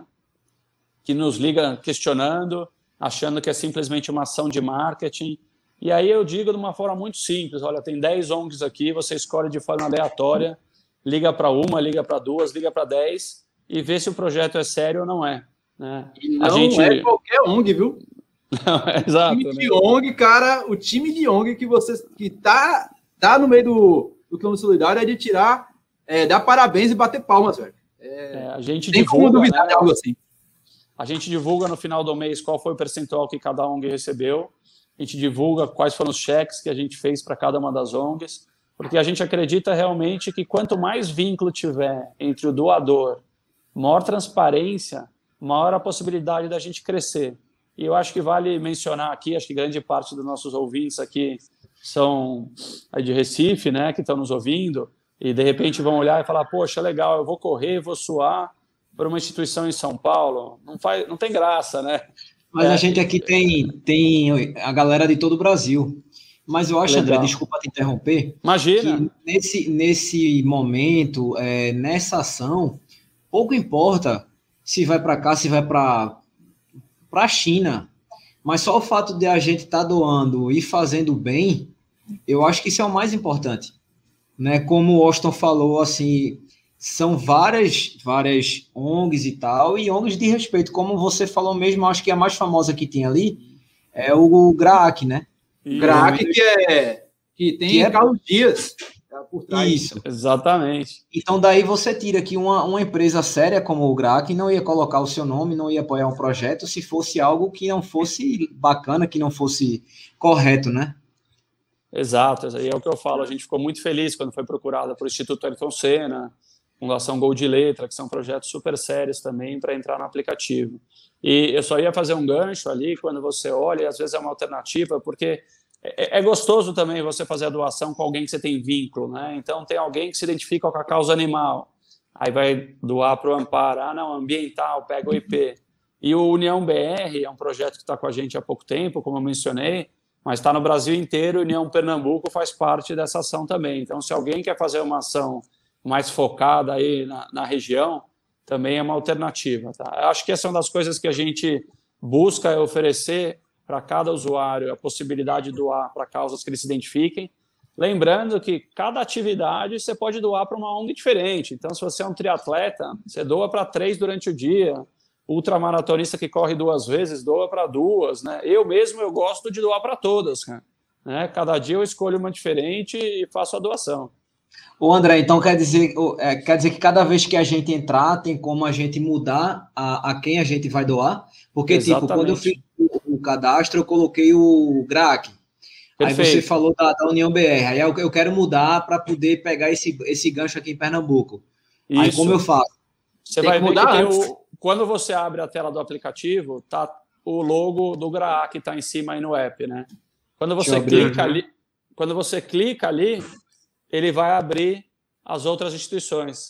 que nos liga questionando, achando que é simplesmente uma ação de marketing. E aí eu digo de uma forma muito simples, olha, tem dez O N Gs aqui, você escolhe de forma aleatória, liga para uma, liga para duas, liga para dez e vê se o projeto é sério ou não é. Né? E não a gente... é qualquer O N G, viu? Não, é exato. O time né? de O N G, cara, o time de O N G que você que tá, tá no meio do, do quilômetro solidário é de tirar, é, dar parabéns e bater palmas, velho. É, é, a gente tem divulga, como duvidar né? de algo assim. A gente divulga no final do mês qual foi o percentual que cada O N G recebeu. A gente divulga quais foram os cheques que a gente fez para cada uma das O N Gs, porque a gente acredita realmente que quanto mais vínculo tiver entre o doador, maior transparência, maior a possibilidade da gente crescer. E eu acho que vale mencionar aqui, acho que grande parte dos nossos ouvintes aqui são de Recife, né, que estão nos ouvindo, e de repente vão olhar e falar, poxa, legal, eu vou correr, vou suar para uma instituição em São Paulo. Não, faz, não tem graça, né? Mas é, a gente aqui tem, tem a galera de todo o Brasil. Mas eu acho, legal. André, desculpa te interromper. Imagina. Que nesse, nesse momento, é, nessa ação, pouco importa se vai para cá, se vai para a China. Mas só o fato de a gente estar tá doando e fazendo bem, eu acho que isso é o mais importante. Né? Como o Austin falou, assim, são várias, várias O N Gs e tal, e O N Gs de respeito. Como você falou mesmo, acho que a mais famosa que tem ali é o GRAAC, né? O GRAAC que, é, que tem que é... Carlos Dias por trás. Isso. Exatamente. Então, daí você tira que uma, uma empresa séria como o GRAAC não ia colocar o seu nome, não ia apoiar um projeto se fosse algo que não fosse bacana, que não fosse correto, né? Exato, e é o que eu falo, a gente ficou muito feliz quando foi procurada por Instituto Ayrton Senna, Fundação Gol de Letra, que são projetos super sérios também para entrar no aplicativo. E eu só ia fazer um gancho ali, quando você olha, e às vezes é uma alternativa, porque é, é gostoso também você fazer a doação com alguém que você tem vínculo, né? Então tem alguém que se identifica com a causa animal, aí vai doar para o Amparo, ah não, ambiental, pega o I P. E o União B R é um projeto que está com a gente há pouco tempo, como eu mencionei, mas está no Brasil inteiro, e União Pernambuco faz parte dessa ação também. Então, se alguém quer fazer uma ação mais focada aí na, na região, também é uma alternativa. Tá? Eu acho que essa é uma das coisas que a gente busca é oferecer para cada usuário a possibilidade de doar para causas que eles se identifiquem. Lembrando que cada atividade você pode doar para uma O N G diferente. Então, se você é um triatleta, você doa para três durante o dia. Ultramaratonista que corre duas vezes, doa para duas, né? Eu mesmo, eu gosto de doar para todas, cara. Né? Cada dia eu escolho uma diferente e faço a doação. Ô André, então quer dizer, é, quer dizer que cada vez que a gente entrar, tem como a gente mudar a, a quem a gente vai doar? Porque, Exatamente. tipo, quando eu fiz o, o cadastro, eu coloquei o GRAAC. Perfeito. Aí você falou da, da União B R. Aí eu, eu quero mudar para poder pegar esse, esse gancho aqui em Pernambuco. Isso. Aí como eu faço? Você tem vai ver que tem o... Quando você abre a tela do aplicativo, tá o logo do GRAAC que está em cima aí no app, né? Quando você clica ali, quando você clica ali, ele vai abrir as outras instituições.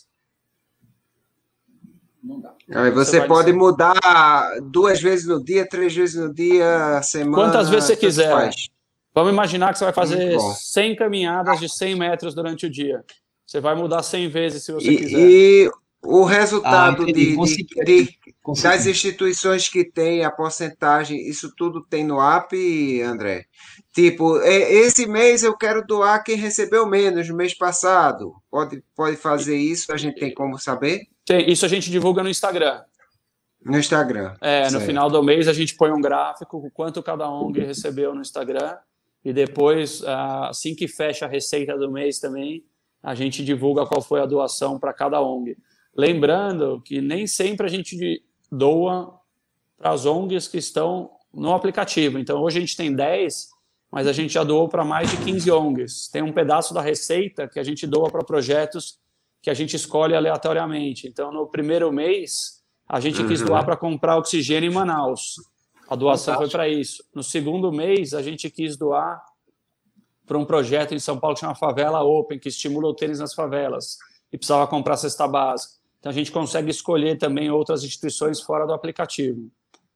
Não dá. Aí você, você pode dizer... mudar duas vezes no dia, três vezes no dia, semana. Quantas vezes você quiser. Faz. Vamos imaginar que você vai fazer cem caminhadas de cem metros durante o dia. Você vai mudar cem vezes se você e, quiser. E O resultado Ah, de, consegui, de, de, consegui. das instituições que tem a porcentagem, isso tudo tem no A P, André? Tipo, esse mês eu quero doar quem recebeu menos no mês passado. Pode, pode fazer isso? A gente tem como saber? Tem, isso a gente divulga no Instagram. No Instagram. É, no certo. final do mês a gente põe um gráfico com quanto cada O N G recebeu no Instagram e depois, assim que fecha a receita do mês também, a gente divulga qual foi a doação para cada O N G. Lembrando que nem sempre a gente doa para as O N Gs que estão no aplicativo. Então, hoje a gente tem dez, mas a gente já doou para mais de quinze O N Gs. Tem um pedaço da receita que a gente doa para projetos que a gente escolhe aleatoriamente. Então, no primeiro mês, a gente quis doar para comprar oxigênio em Manaus. A doação Fantástico. Foi para isso. No segundo mês, a gente quis doar para um projeto em São Paulo que chama Favela Open, que estimula o tênis nas favelas, e precisava comprar cesta básica. Então, a gente consegue escolher também outras instituições fora do aplicativo.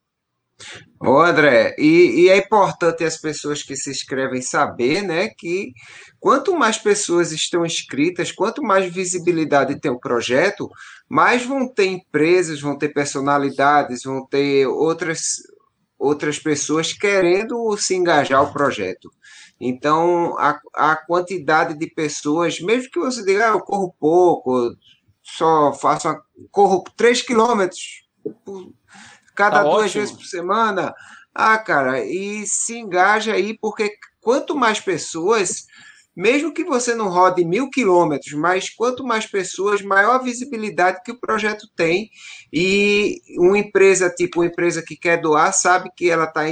Ô André, e, e é importante as pessoas que se inscrevem saber, né, que quanto mais pessoas estão inscritas, quanto mais visibilidade tem o projeto, mais vão ter empresas, vão ter personalidades, vão ter outras, outras pessoas querendo se engajar ao projeto. Então, a, a quantidade de pessoas, mesmo que você diga, ah, eu corro pouco, só faço, uma, corro três quilômetros por cada tá duas ótimo. vezes por semana. Ah, cara, e se engaja aí, porque quanto mais pessoas, mesmo que você não rode mil quilômetros, mas quanto mais pessoas, maior a visibilidade que o projeto tem. E uma empresa, tipo uma empresa que quer doar, sabe que ela está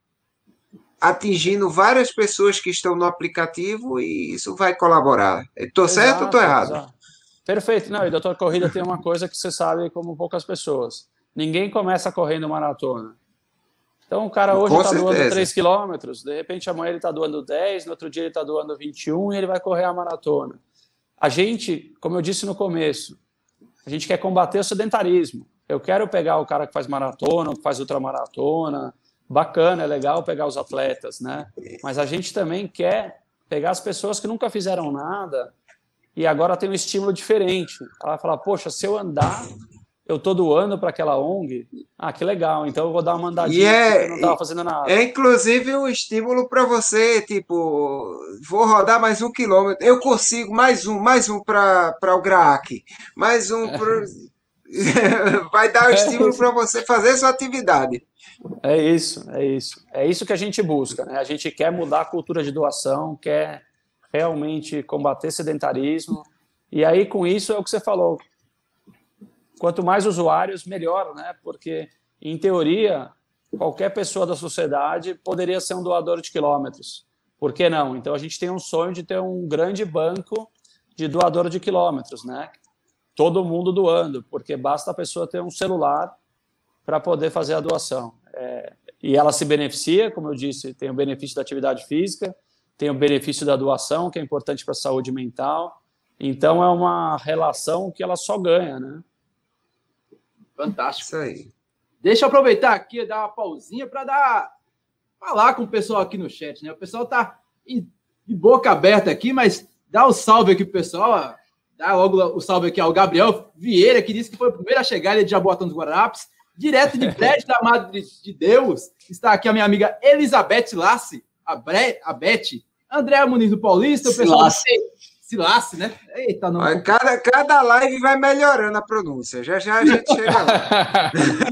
atingindo várias pessoas que estão no aplicativo e isso vai colaborar. Estou certo ou estou errado? Exato. Perfeito. Não, e doutor Corrida tem uma coisa que você sabe como poucas pessoas. Ninguém começa correndo maratona. Então, o cara hoje está doando três quilômetros, de repente amanhã ele está doando dez, no outro dia ele está doando vinte e um e ele vai correr a maratona. A gente, como eu disse no começo, a gente quer combater o sedentarismo. Eu quero pegar o cara que faz maratona, que faz ultramaratona, bacana, é legal pegar os atletas, né? Mas a gente também quer pegar as pessoas que nunca fizeram nada e agora tem um estímulo diferente. Ela vai falar, poxa, se eu andar, eu estou doando para aquela O N G, ah, que legal, então eu vou dar uma andadinha, é, porque eu não estava fazendo nada. É inclusive um estímulo para você, tipo, vou rodar mais um quilômetro, eu consigo mais um, mais um para o Graak, mais um para... vai dar um estímulo é para você fazer a sua atividade. É isso, é isso. É isso que a gente busca, né? A gente quer mudar a cultura de doação, quer realmente combater sedentarismo, e aí com isso é o que você falou, quanto mais usuários, melhor, né? Porque, em teoria, qualquer pessoa da sociedade poderia ser um doador de quilômetros. Por que não? Então, a gente tem um sonho de ter um grande banco de doador de quilômetros, né? Todo mundo doando, porque basta a pessoa ter um celular para poder fazer a doação. É, e ela se beneficia, como eu disse, tem o benefício da atividade física, tem o benefício da doação, que é importante para a saúde mental. Então, é uma relação que ela só ganha, né? Fantástico. Isso aí. Deixa eu aproveitar aqui e dar uma pausinha para dar falar com o pessoal aqui no chat, né? O pessoal tá de boca aberta aqui, mas dá o um salve aqui pro pessoal. Dá logo o salve aqui ao Gabriel Vieira, que disse que foi o primeiro a chegar de Jaboatão dos Guararapes, direto de Prédio da Madre de Deus. Está aqui a minha amiga Elizabeth Lassi, a, Bre... a Beth, André Muniz do Paulista, o pessoal Silassi, né? Eita, não. Cada, cada live vai melhorando a pronúncia. Já já a gente chega lá.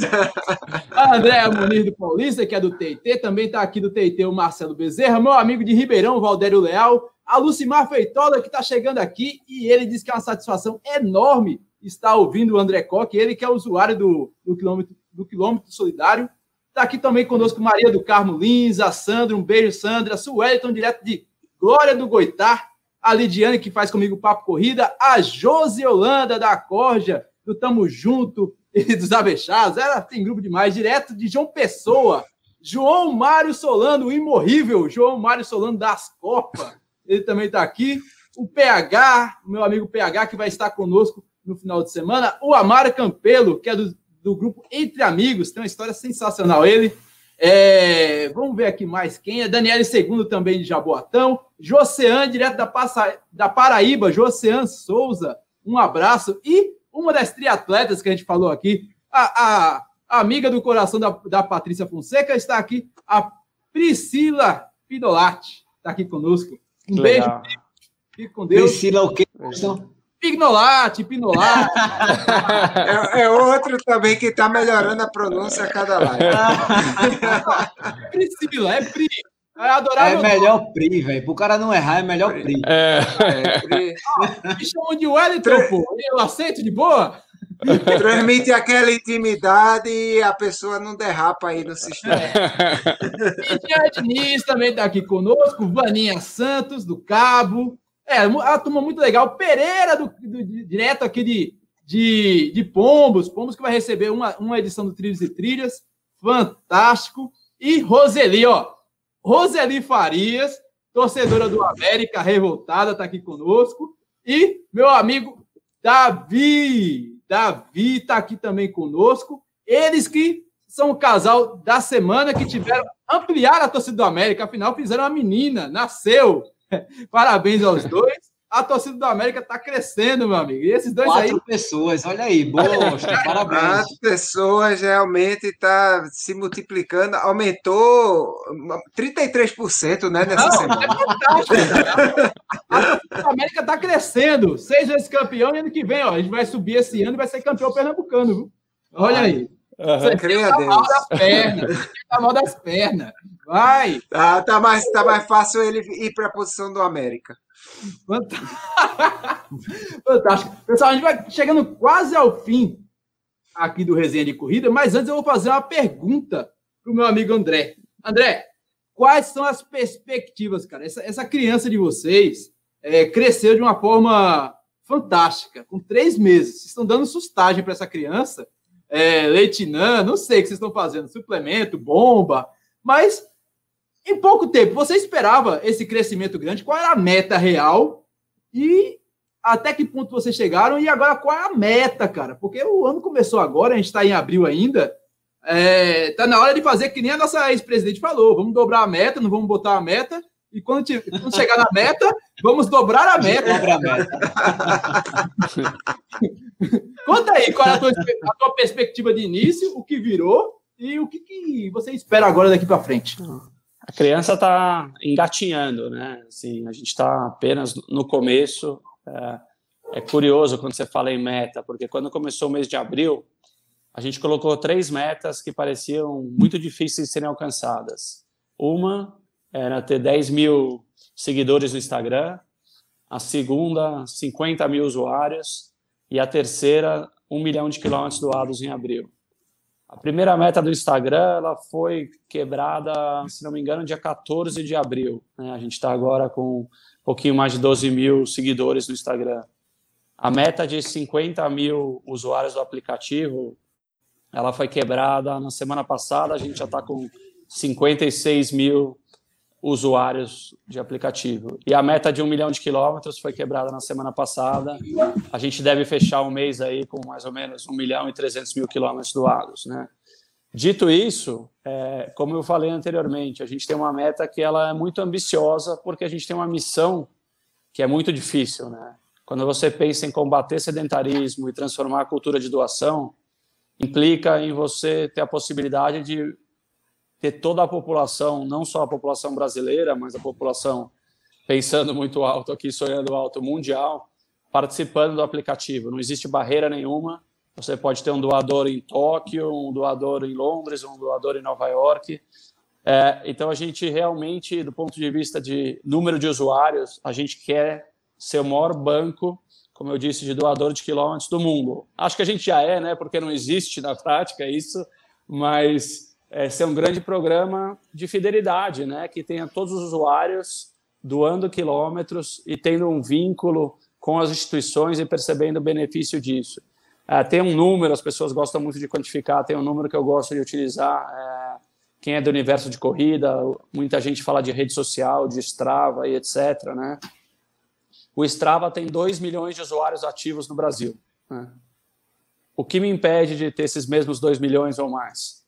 A Andréa Muniz do Paulista, que é do T I T, também está aqui do T I T o Marcelo Bezerra, meu amigo de Ribeirão, Valdério Leal, a Lucimar Feitola, que está chegando aqui, e ele diz que é uma satisfação enorme estar ouvindo o André Koch, ele que é usuário do, do, quilômetro, do quilômetro Solidário. Está aqui também conosco Maria do Carmo Lins, a Sandra, um beijo, Sandra, Sueliton, direto de Glória do Goitá, a Lidiane, que faz comigo o Papo Corrida, a Josi Holanda, da Corja, do Tamo Junto e dos Avechados, ela tem grupo demais, direto de João Pessoa, João Mário Solano, o imorrível João Mário Solano das Copas, ele também está aqui, o P H, o meu amigo P H, que vai estar conosco no final de semana, o Amaro Campelo, que é do, do grupo Entre Amigos, tem uma história sensacional ele. É, vamos ver aqui mais quem é. Daniele Segundo, também de Jaboatão. Jocean, direto da, Passa, da Paraíba. Jocean Souza, um abraço. E uma das triatletas que a gente falou aqui, a, a, a amiga do coração da, da Patrícia Fonseca, está aqui, a Priscila Pinolatti, está aqui conosco. Um Legal. beijo, fique com Deus. Priscila o quê? Pinolatti, Pinolatti. É, é outro também que está melhorando a pronúncia a cada live. Priscila, é Pri. É adorável. É melhor Pri, velho. Para o cara não errar, é melhor Pri. É. É, Pri. Me chamam de Wellington, pô. Eu aceito de boa. Transmite aquela intimidade e a pessoa não derrapa aí no sistema. Lidia Diniz também está aqui conosco, Vaninha Santos, do Cabo. É, a turma muito legal. Pereira, do, do, direto aqui de, de, de Pombos. Pombos que vai receber uma, uma edição do Trilhos e Trilhas. Fantástico. E Roseli, ó. Roseli Farias, torcedora do América, revoltada, está aqui conosco. E meu amigo Davi. Davi está aqui também conosco. Eles que são o casal da semana que tiveram ampliar a torcida do América. Afinal, fizeram uma menina, nasceu. Parabéns aos dois. A torcida do América está crescendo, meu amigo. E esses dois Quatro aí... pessoas, olha aí. Boa, parabéns. Quatro pessoas realmente está se multiplicando. Aumentou trinta e três por cento, né, nessa Não, semana. É fantástico. A torcida do América está crescendo. Seis vezes campeão e ano que vem, ó, a gente vai subir esse ano e vai ser campeão pernambucano, viu? Olha aí. Uhum. Creia a Tá Deus. mal das pernas. Tá mal das pernas. Vai. Tá, tá, mais, tá mais fácil ele ir para a posição do América. Fantástico. Pessoal, a gente vai chegando quase ao fim aqui do Resenha de Corrida, mas antes eu vou fazer uma pergunta para o meu amigo André. André, quais são as perspectivas, cara? Essa, essa criança de vocês é, cresceu de uma forma fantástica, com três meses. Vocês estão dando sustagem para essa criança, é, leitinã, não sei o que vocês estão fazendo, suplemento, bomba, mas... Em pouco tempo, você esperava esse crescimento grande? Qual era a meta real? E até que ponto vocês chegaram? E agora, qual é a meta, cara? Porque o ano começou agora, a gente está em abril ainda. Está é, na hora de fazer que nem a nossa ex-presidente falou. Vamos dobrar a meta, não vamos botar a meta. E quando, te, quando chegar na meta, vamos dobrar a meta. Dobra a meta. Conta aí, qual é a tua, a tua perspectiva de início, o que virou e o que, que você espera agora daqui para frente. A criança está engatinhando, né? Assim, a gente está apenas no começo. É, é curioso quando você fala em meta, porque quando começou o mês de abril, a gente colocou três metas que pareciam muito difíceis de serem alcançadas. Uma era ter dez mil seguidores no Instagram, a segunda, cinquenta mil usuários, e a terceira, um milhão de quilômetros doados em abril. A primeira meta do Instagram ela foi quebrada, se não me engano, dia quatorze de abril. Né? A gente está agora com um pouquinho mais de doze mil seguidores no Instagram. A meta de cinquenta mil usuários do aplicativo ela foi quebrada na semana passada. A gente já está com cinquenta e seis mil usuários de aplicativo. E a meta de um milhão de quilômetros foi quebrada na semana passada. A gente deve fechar o mês aí com mais ou menos um milhão e trezentos mil quilômetros doados, né? Dito isso, é, como eu falei anteriormente, a gente tem uma meta que ela é muito ambiciosa porque a gente tem uma missão que é muito difícil, né? Quando você pensa em combater sedentarismo e transformar a cultura de doação, implica em você ter a possibilidade de ter toda a população, não só a população brasileira, mas a população, pensando muito alto aqui, sonhando alto, mundial, participando do aplicativo. Não existe barreira nenhuma. Você pode ter um doador em Tóquio, um doador em Londres, um doador em Nova York. É, então, a gente realmente, do ponto de vista de número de usuários, a gente quer ser o maior banco, como eu disse, de doador de quilômetros do mundo. Acho que a gente já é, né? Porque não existe na prática isso, mas... É, ser um grande programa de fidelidade, né, que tenha todos os usuários doando quilômetros e tendo um vínculo com as instituições e percebendo o benefício disso. É, tem um número, as pessoas gostam muito de quantificar, tem um número que eu gosto de utilizar, é, quem é do universo de corrida, muita gente fala de rede social, de Strava e etcétera, né? O Strava tem dois milhões de usuários ativos no Brasil, né? O que me impede de ter esses mesmos dois milhões ou mais?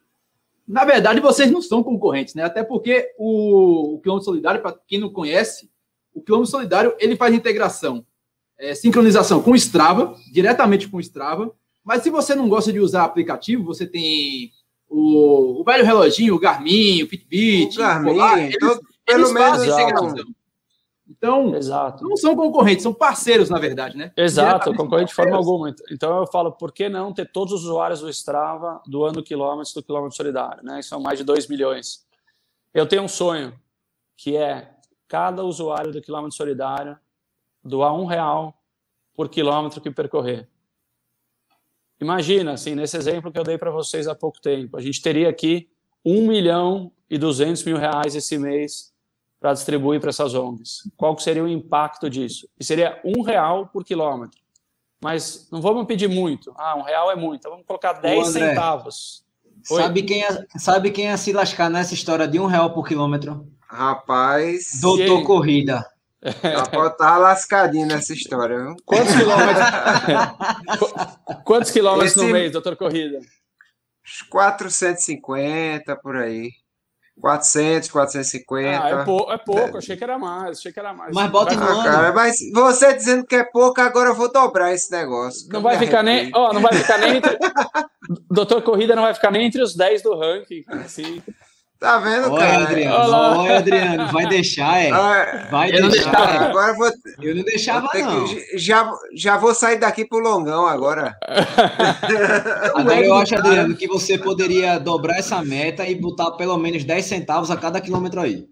Na verdade, vocês não são concorrentes, né? Até porque o, o quilômetro solidário, para quem não conhece, o quilômetro solidário ele faz integração é, sincronização com o Strava, diretamente com o Strava. Mas se você não gosta de usar aplicativo, você tem o, o velho reloginho, o Garmin, o Fitbit. O Garmin, o Polar, eles, então, pelo eles menos fazem sincronização. Então, Exato. não são concorrentes, são parceiros, na verdade, né? Exato, concorrente de forma alguma. Então eu falo, por que não ter todos os usuários do Strava doando quilômetros do quilômetro solidário, né? São mais de dois milhões. Eu tenho um sonho, que é cada usuário do quilômetro solidário doar um real por quilômetro que percorrer. Imagina, assim, nesse exemplo que eu dei para vocês há pouco tempo, a gente teria aqui um milhão e duzentos mil reais esse mês para distribuir para essas O N Gs. Qual que seria o impacto disso? E seria um real por quilômetro. Mas não vamos pedir muito. Ah, um real é muito. Então vamos colocar dez centavos. Sabe quem, é, sabe quem é se lascar nessa história de um real por quilômetro? Rapaz... Doutor Corrida. Rapaz, tá lascadinho nessa história, viu? Quantos quilômetros, Quantos quilômetros Esse... no mês, doutor Corrida? quatrocentos e cinquenta, por aí. quatrocentos, quatrocentos e cinquenta. Ah, é, pou, é pouco, achei que era mais, achei que era mais. Mas bota no ah, ano. Cara, mas você dizendo que é pouco, agora eu vou dobrar esse negócio. Não vai ficar nem, ó, não vai ficar nem entre... doutor Corrida não vai ficar nem entre os dez do ranking, assim. Tá vendo, Olha, cara? Adriano, olha, Adriano, vai deixar, é. Vai eu deixar. Não é. Agora eu vou. Eu não deixava, vou não. Que, já, já vou sair daqui pro Longão agora. Agora eu acho, Adriano, que você poderia dobrar essa meta e botar pelo menos dez centavos a cada quilômetro aí.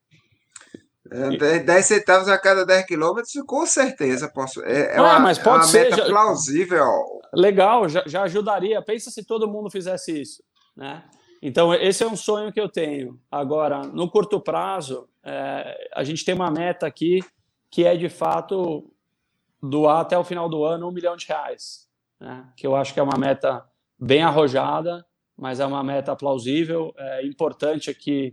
dez centavos a cada dez quilômetros, com certeza posso. É, é Ué, uma, mas pode é uma ser, meta já... plausível. Legal, já, já ajudaria. Pensa se todo mundo fizesse isso, né? Então, esse é um sonho que eu tenho. Agora, no curto prazo, é, a gente tem uma meta aqui que é, de fato, doar até o final do ano um milhão de reais, né? Que eu acho que é uma meta bem arrojada, mas é uma meta plausível. É importante aqui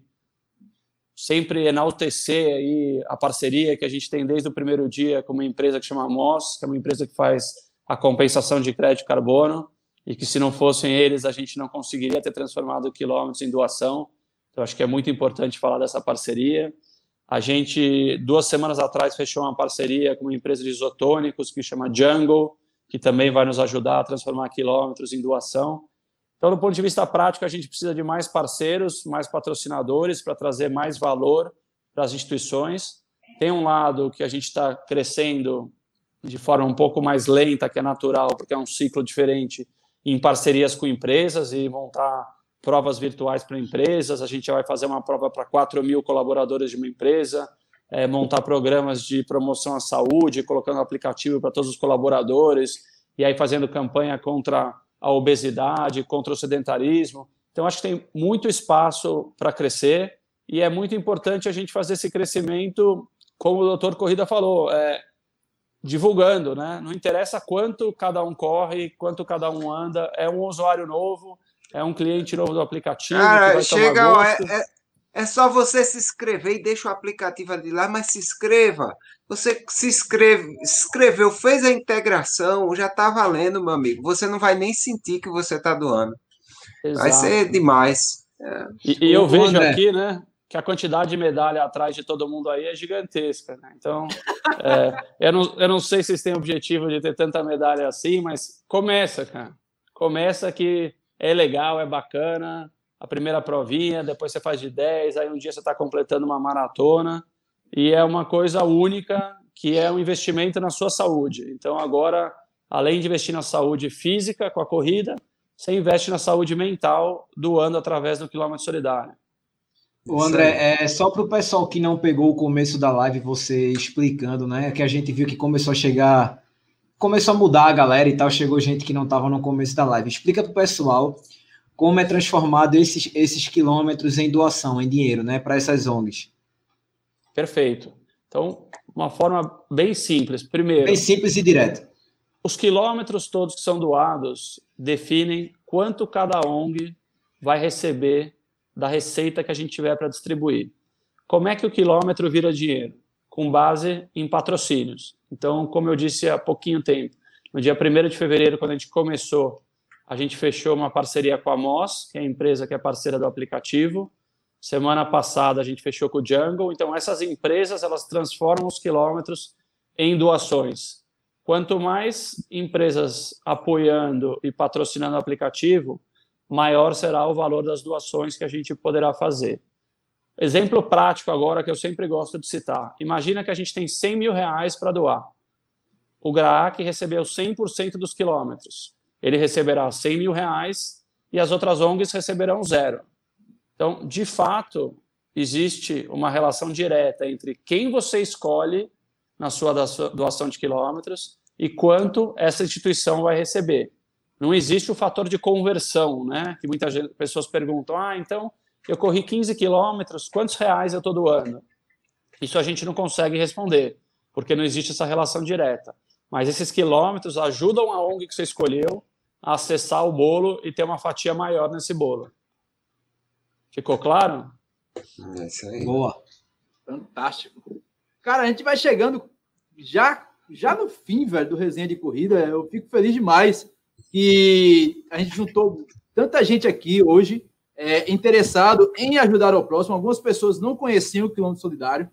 sempre enaltecer aí a parceria que a gente tem desde o primeiro dia com uma empresa que chama Moss, que é uma empresa que faz a compensação de crédito de carbono, e que se não fossem eles, a gente não conseguiria ter transformado quilômetros em doação. Então, acho que é muito importante falar dessa parceria. A gente, duas semanas atrás, fechou uma parceria com uma empresa de isotônicos que chama Jungle, que também vai nos ajudar a transformar quilômetros em doação. Então, do ponto de vista prático, a gente precisa de mais parceiros, mais patrocinadores para trazer mais valor para as instituições. Tem um lado que a gente está crescendo de forma um pouco mais lenta, que é natural, porque é um ciclo diferente, em parcerias com empresas e montar provas virtuais para empresas. A gente vai fazer uma prova para quatro mil colaboradores de uma empresa, é, montar programas de promoção à saúde, colocando aplicativo para todos os colaboradores, e aí fazendo campanha contra a obesidade, contra o sedentarismo. Então, acho que tem muito espaço para crescer e é muito importante a gente fazer esse crescimento, como o doutor Corrida falou, é, divulgando, né? Não interessa quanto cada um corre, quanto cada um anda, é um usuário novo, é um cliente novo do aplicativo. Cara, que vai chega, tomar gosto. É, é, é só você se inscrever e deixa o aplicativo ali lá, mas se inscreva. Você se inscreve, escreveu, fez a integração, já está valendo, meu amigo. Você não vai nem sentir que você está doando. Exato. Vai ser demais. É. E, e eu vejo aqui, né, que a quantidade de medalha atrás de todo mundo aí é gigantesca, né? Então, é, eu, não, eu não sei se vocês têm objetivo de ter tanta medalha assim, mas começa, cara. Começa que é legal, é bacana, a primeira provinha, depois você faz de dez, aí um dia você está completando uma maratona, e é uma coisa única, que é um investimento na sua saúde. Então, agora, além de investir na saúde física com a corrida, você investe na saúde mental doando através do quilômetro solidário. O André, é só para o pessoal que não pegou o começo da live, você explicando, né? Que a gente viu que começou a chegar, começou a mudar a galera e tal, chegou gente que não estava no começo da live. Explica para o pessoal como é transformado esses, esses quilômetros em doação, em dinheiro, né? Para essas O N Gs. Perfeito. Então, uma forma bem simples. Primeiro, bem simples e direta. Os quilômetros todos que são doados definem quanto cada O N G vai receber da receita que a gente tiver para distribuir. Como é que o quilômetro vira dinheiro? Com base em patrocínios. Então, como eu disse há pouquinho tempo, no dia primeiro de fevereiro, quando a gente começou, a gente fechou uma parceria com a Moss, que é a empresa que é parceira do aplicativo. Semana passada, a gente fechou com o Jungle. Então, essas empresas, elas transformam os quilômetros em doações. Quanto mais empresas apoiando e patrocinando o aplicativo, maior será o valor das doações que a gente poderá fazer. Exemplo prático agora que eu sempre gosto de citar. Imagina que a gente tem cem mil reais para doar. O GRAAC recebeu cem por cento dos quilômetros. Ele receberá cem mil reais e as outras O N Gs receberão zero. Então, de fato, existe uma relação direta entre quem você escolhe na sua doação de quilômetros e quanto essa instituição vai receber. Não existe o fator de conversão, né? Que muitas pessoas perguntam, ah, então eu corri quinze quilômetros, quantos reais eu estou doando? Isso a gente não consegue responder, porque não existe essa relação direta. Mas esses quilômetros ajudam a O N G que você escolheu a acessar o bolo e ter uma fatia maior nesse bolo. Ficou claro? É isso aí. Boa. Fantástico. Cara, a gente vai chegando já, já no fim, velho, do Resenha de Corrida. Eu fico feliz demais que a gente juntou tanta gente aqui hoje é, interessado em ajudar ao próximo. Algumas pessoas não conheciam o Quilômetro Solidário.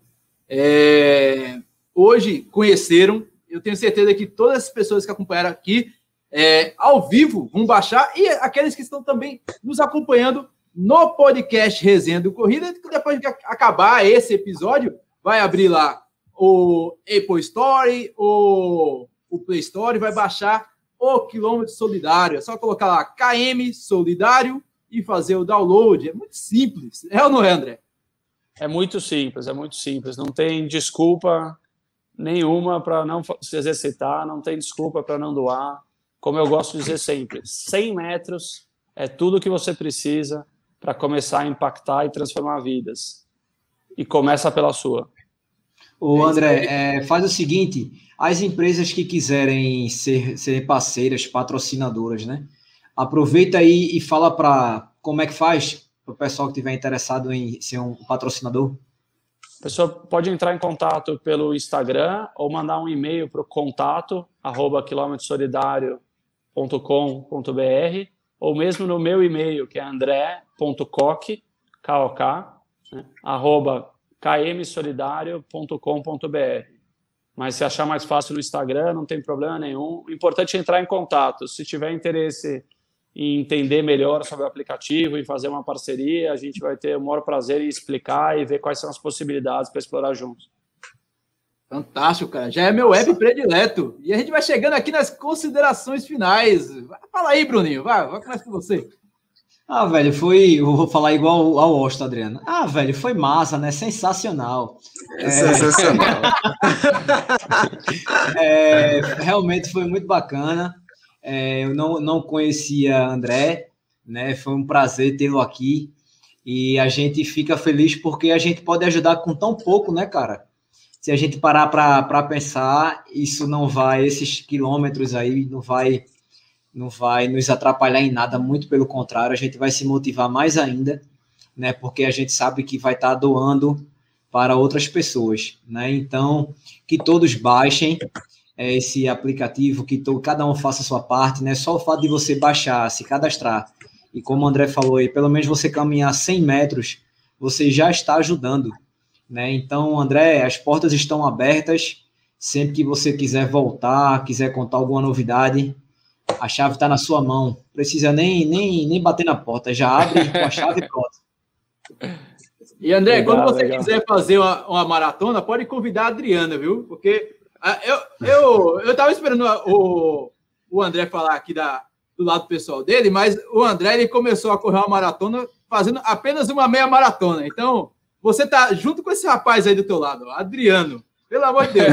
É, hoje conheceram. Eu tenho certeza que todas as pessoas que acompanharam aqui é, ao vivo vão baixar e aqueles que estão também nos acompanhando no podcast Resenha do Corrida, que depois que acabar esse episódio, vai abrir lá o Apple Store, o, o Play Store, vai baixar o Quilômetro Solidário. É só colocar lá K M Solidário e fazer o download. É muito simples. É ou não é, André? É muito simples, é muito simples. Não tem desculpa nenhuma para não se exercitar, não tem desculpa para não doar. Como eu gosto de dizer sempre, cem metros é tudo que você precisa para começar a impactar e transformar vidas. E começa pela sua. Ô, André, é, faz o seguinte, as empresas que quiserem ser, ser parceiras, patrocinadoras, né? Aproveita aí e fala para como é que faz para o pessoal que estiver interessado em ser um patrocinador. A pessoa pode entrar em contato pelo Instagram ou mandar um e-mail para o contato arroba quilômetro solidário ponto com ponto b r ou mesmo no meu e-mail, que é andré ponto coque, K O K, né, arroba k m solidário ponto com ponto b r. Mas se achar mais fácil no Instagram, não tem problema nenhum. O importante é entrar em contato. Se tiver interesse em entender melhor sobre o aplicativo e fazer uma parceria, a gente vai ter o maior prazer em explicar e ver quais são as possibilidades para explorar juntos. Fantástico, cara. Já é meu app predileto. E a gente vai chegando aqui nas considerações finais. Fala aí, Bruninho. Vai, vai começar com você. Ah, velho, foi... Eu vou falar igual ao Austin, Adriano. Ah, velho, foi massa, né? Sensacional. É... Sensacional. é, realmente foi muito bacana. É, eu não, não conhecia André, né? Foi um prazer tê-lo aqui. E a gente fica feliz porque a gente pode ajudar com tão pouco, né, cara? Se a gente parar para pensar, isso não vai, esses quilômetros aí não vai, não vai nos atrapalhar em nada, muito pelo contrário, a gente vai se motivar mais ainda, né? Porque a gente sabe que vai estar doando para outras pessoas, né? Então, que todos baixem é, esse aplicativo, que to, cada um faça a sua parte, né? Só o fato de você baixar, se cadastrar, e como o André falou aí, pelo menos você caminhar cem metros, você já está ajudando, né? Então, André, as portas estão abertas, sempre que você quiser voltar, quiser contar alguma novidade, a chave está na sua mão, precisa nem, nem, nem bater na porta, já abre com a chave e pronto. E André, Legal, quando você legal. quiser fazer uma, uma maratona, pode convidar a Adriana, viu? Porque ah, eu, eu, eu tava esperando o, o André falar aqui da, do lado pessoal dele, mas o André ele começou a correr uma maratona fazendo apenas uma meia maratona. Então, você tá junto com esse rapaz aí do teu lado, Adriano. Pelo amor de Deus.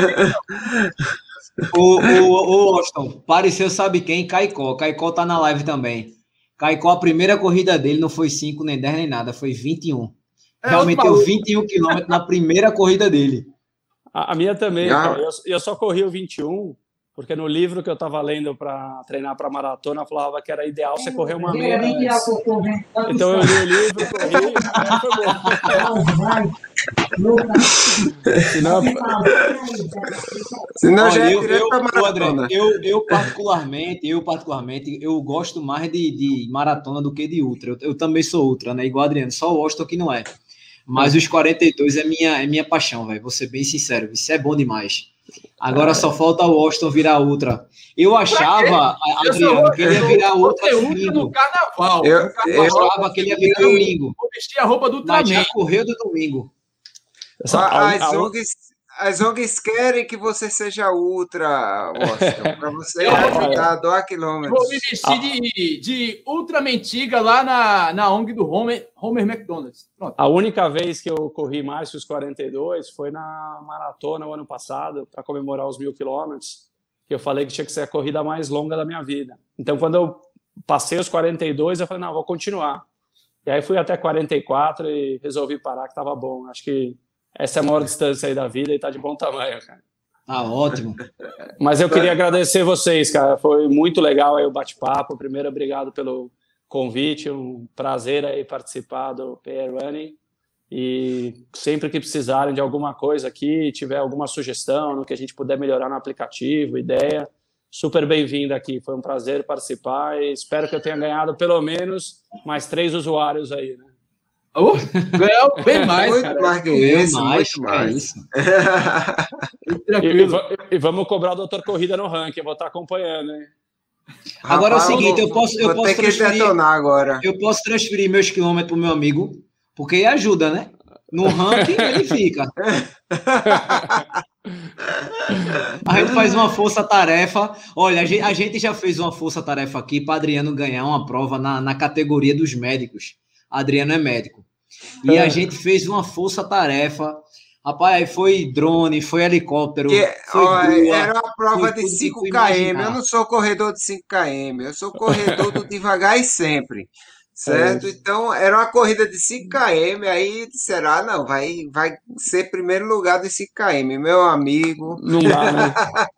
O, o, o Austin, pareceu, sabe quem? Caicó. Caicó tá na live também. Caicó, a primeira corrida dele não foi cinco, nem dez, nem nada, foi vinte e um. É, Realmente deu vinte e um quilômetros na primeira corrida dele. A, a minha também, Ah. cara. Eu, eu só corri o vinte e um, porque no livro que eu estava lendo para treinar para maratona, falava que era ideal você correr uma meia antes. Então eu li o livro, corri, aí foi bom. Senão, Senão Olha, já é eu, direto eu, pra ô, André, maratona. eu, eu particularmente, eu particularmente, eu gosto mais de, de maratona do que de ultra. Eu, eu também sou ultra, né? Igual o Adriano, só o Austin que não é. Mas os quarenta e dois é minha, é minha paixão, velho. Vou ser bem sincero, isso é bom demais. Agora só falta o Washington virar ultra. Eu achava, Adriano, que ele ia virar ultra domingo. No carnaval. Eu, no carnaval, eu achava que ele ia virar domingo. Vou vestir a roupa do Ultraman. Mas já correu do domingo. As O N Gs, as O N Gs querem que você seja ultra, Washington, para você ajudar a doar quilômetros. Vou me vestir ah. de, de ultra mentiga lá na, na O N G do Homer, Homer McDonald's. Pronto. A única vez que eu corri mais que os quarenta e dois foi na maratona o ano passado, para comemorar os mil quilômetros, que eu falei que tinha que ser a corrida mais longa da minha vida. Então, quando eu passei os quarenta e dois, eu falei, não, vou continuar. E aí fui até quarenta e quatro e resolvi parar, que estava bom. Acho que essa é a maior distância aí da vida e tá de bom tamanho, cara. Ah, ótimo. Mas eu queria agradecer vocês, cara. Foi muito legal aí o bate-papo. Primeiro, obrigado pelo convite. Um prazer aí participar do P R Running. E sempre que precisarem de alguma coisa aqui, tiver alguma sugestão no que a gente puder melhorar no aplicativo, ideia, super bem-vindo aqui. Foi um prazer participar e espero que eu tenha ganhado pelo menos mais três usuários aí, né? Oh, ganhou bem mais, muito cara. mais que isso, mais, muito mais. Isso. e, e, e vamos cobrar o doutor Corrida no ranking, eu vou estar acompanhando, hein? Agora Rapaz, é o seguinte, eu, eu posso, eu vou posso ter transferir, que detonar agora. Eu posso transferir meus quilômetros pro meu amigo, porque ajuda, né? No ranking ele fica. A gente faz uma força-tarefa. Olha, a gente, a gente já fez uma força-tarefa aqui para Adriano ganhar uma prova na, na categoria dos médicos. Adriano é médico. E é. a gente fez uma força-tarefa. Rapaz, aí foi drone, foi helicóptero. E, foi ó, grua, era uma prova de cinco quilômetros. Eu não sou corredor de cinco quilômetros. Eu sou corredor do devagar e sempre. Certo? É. Então, era uma corrida de cinco quilômetros. Aí será, não, vai, vai ser primeiro lugar de cinco quilômetros. Meu amigo. Não dá, né?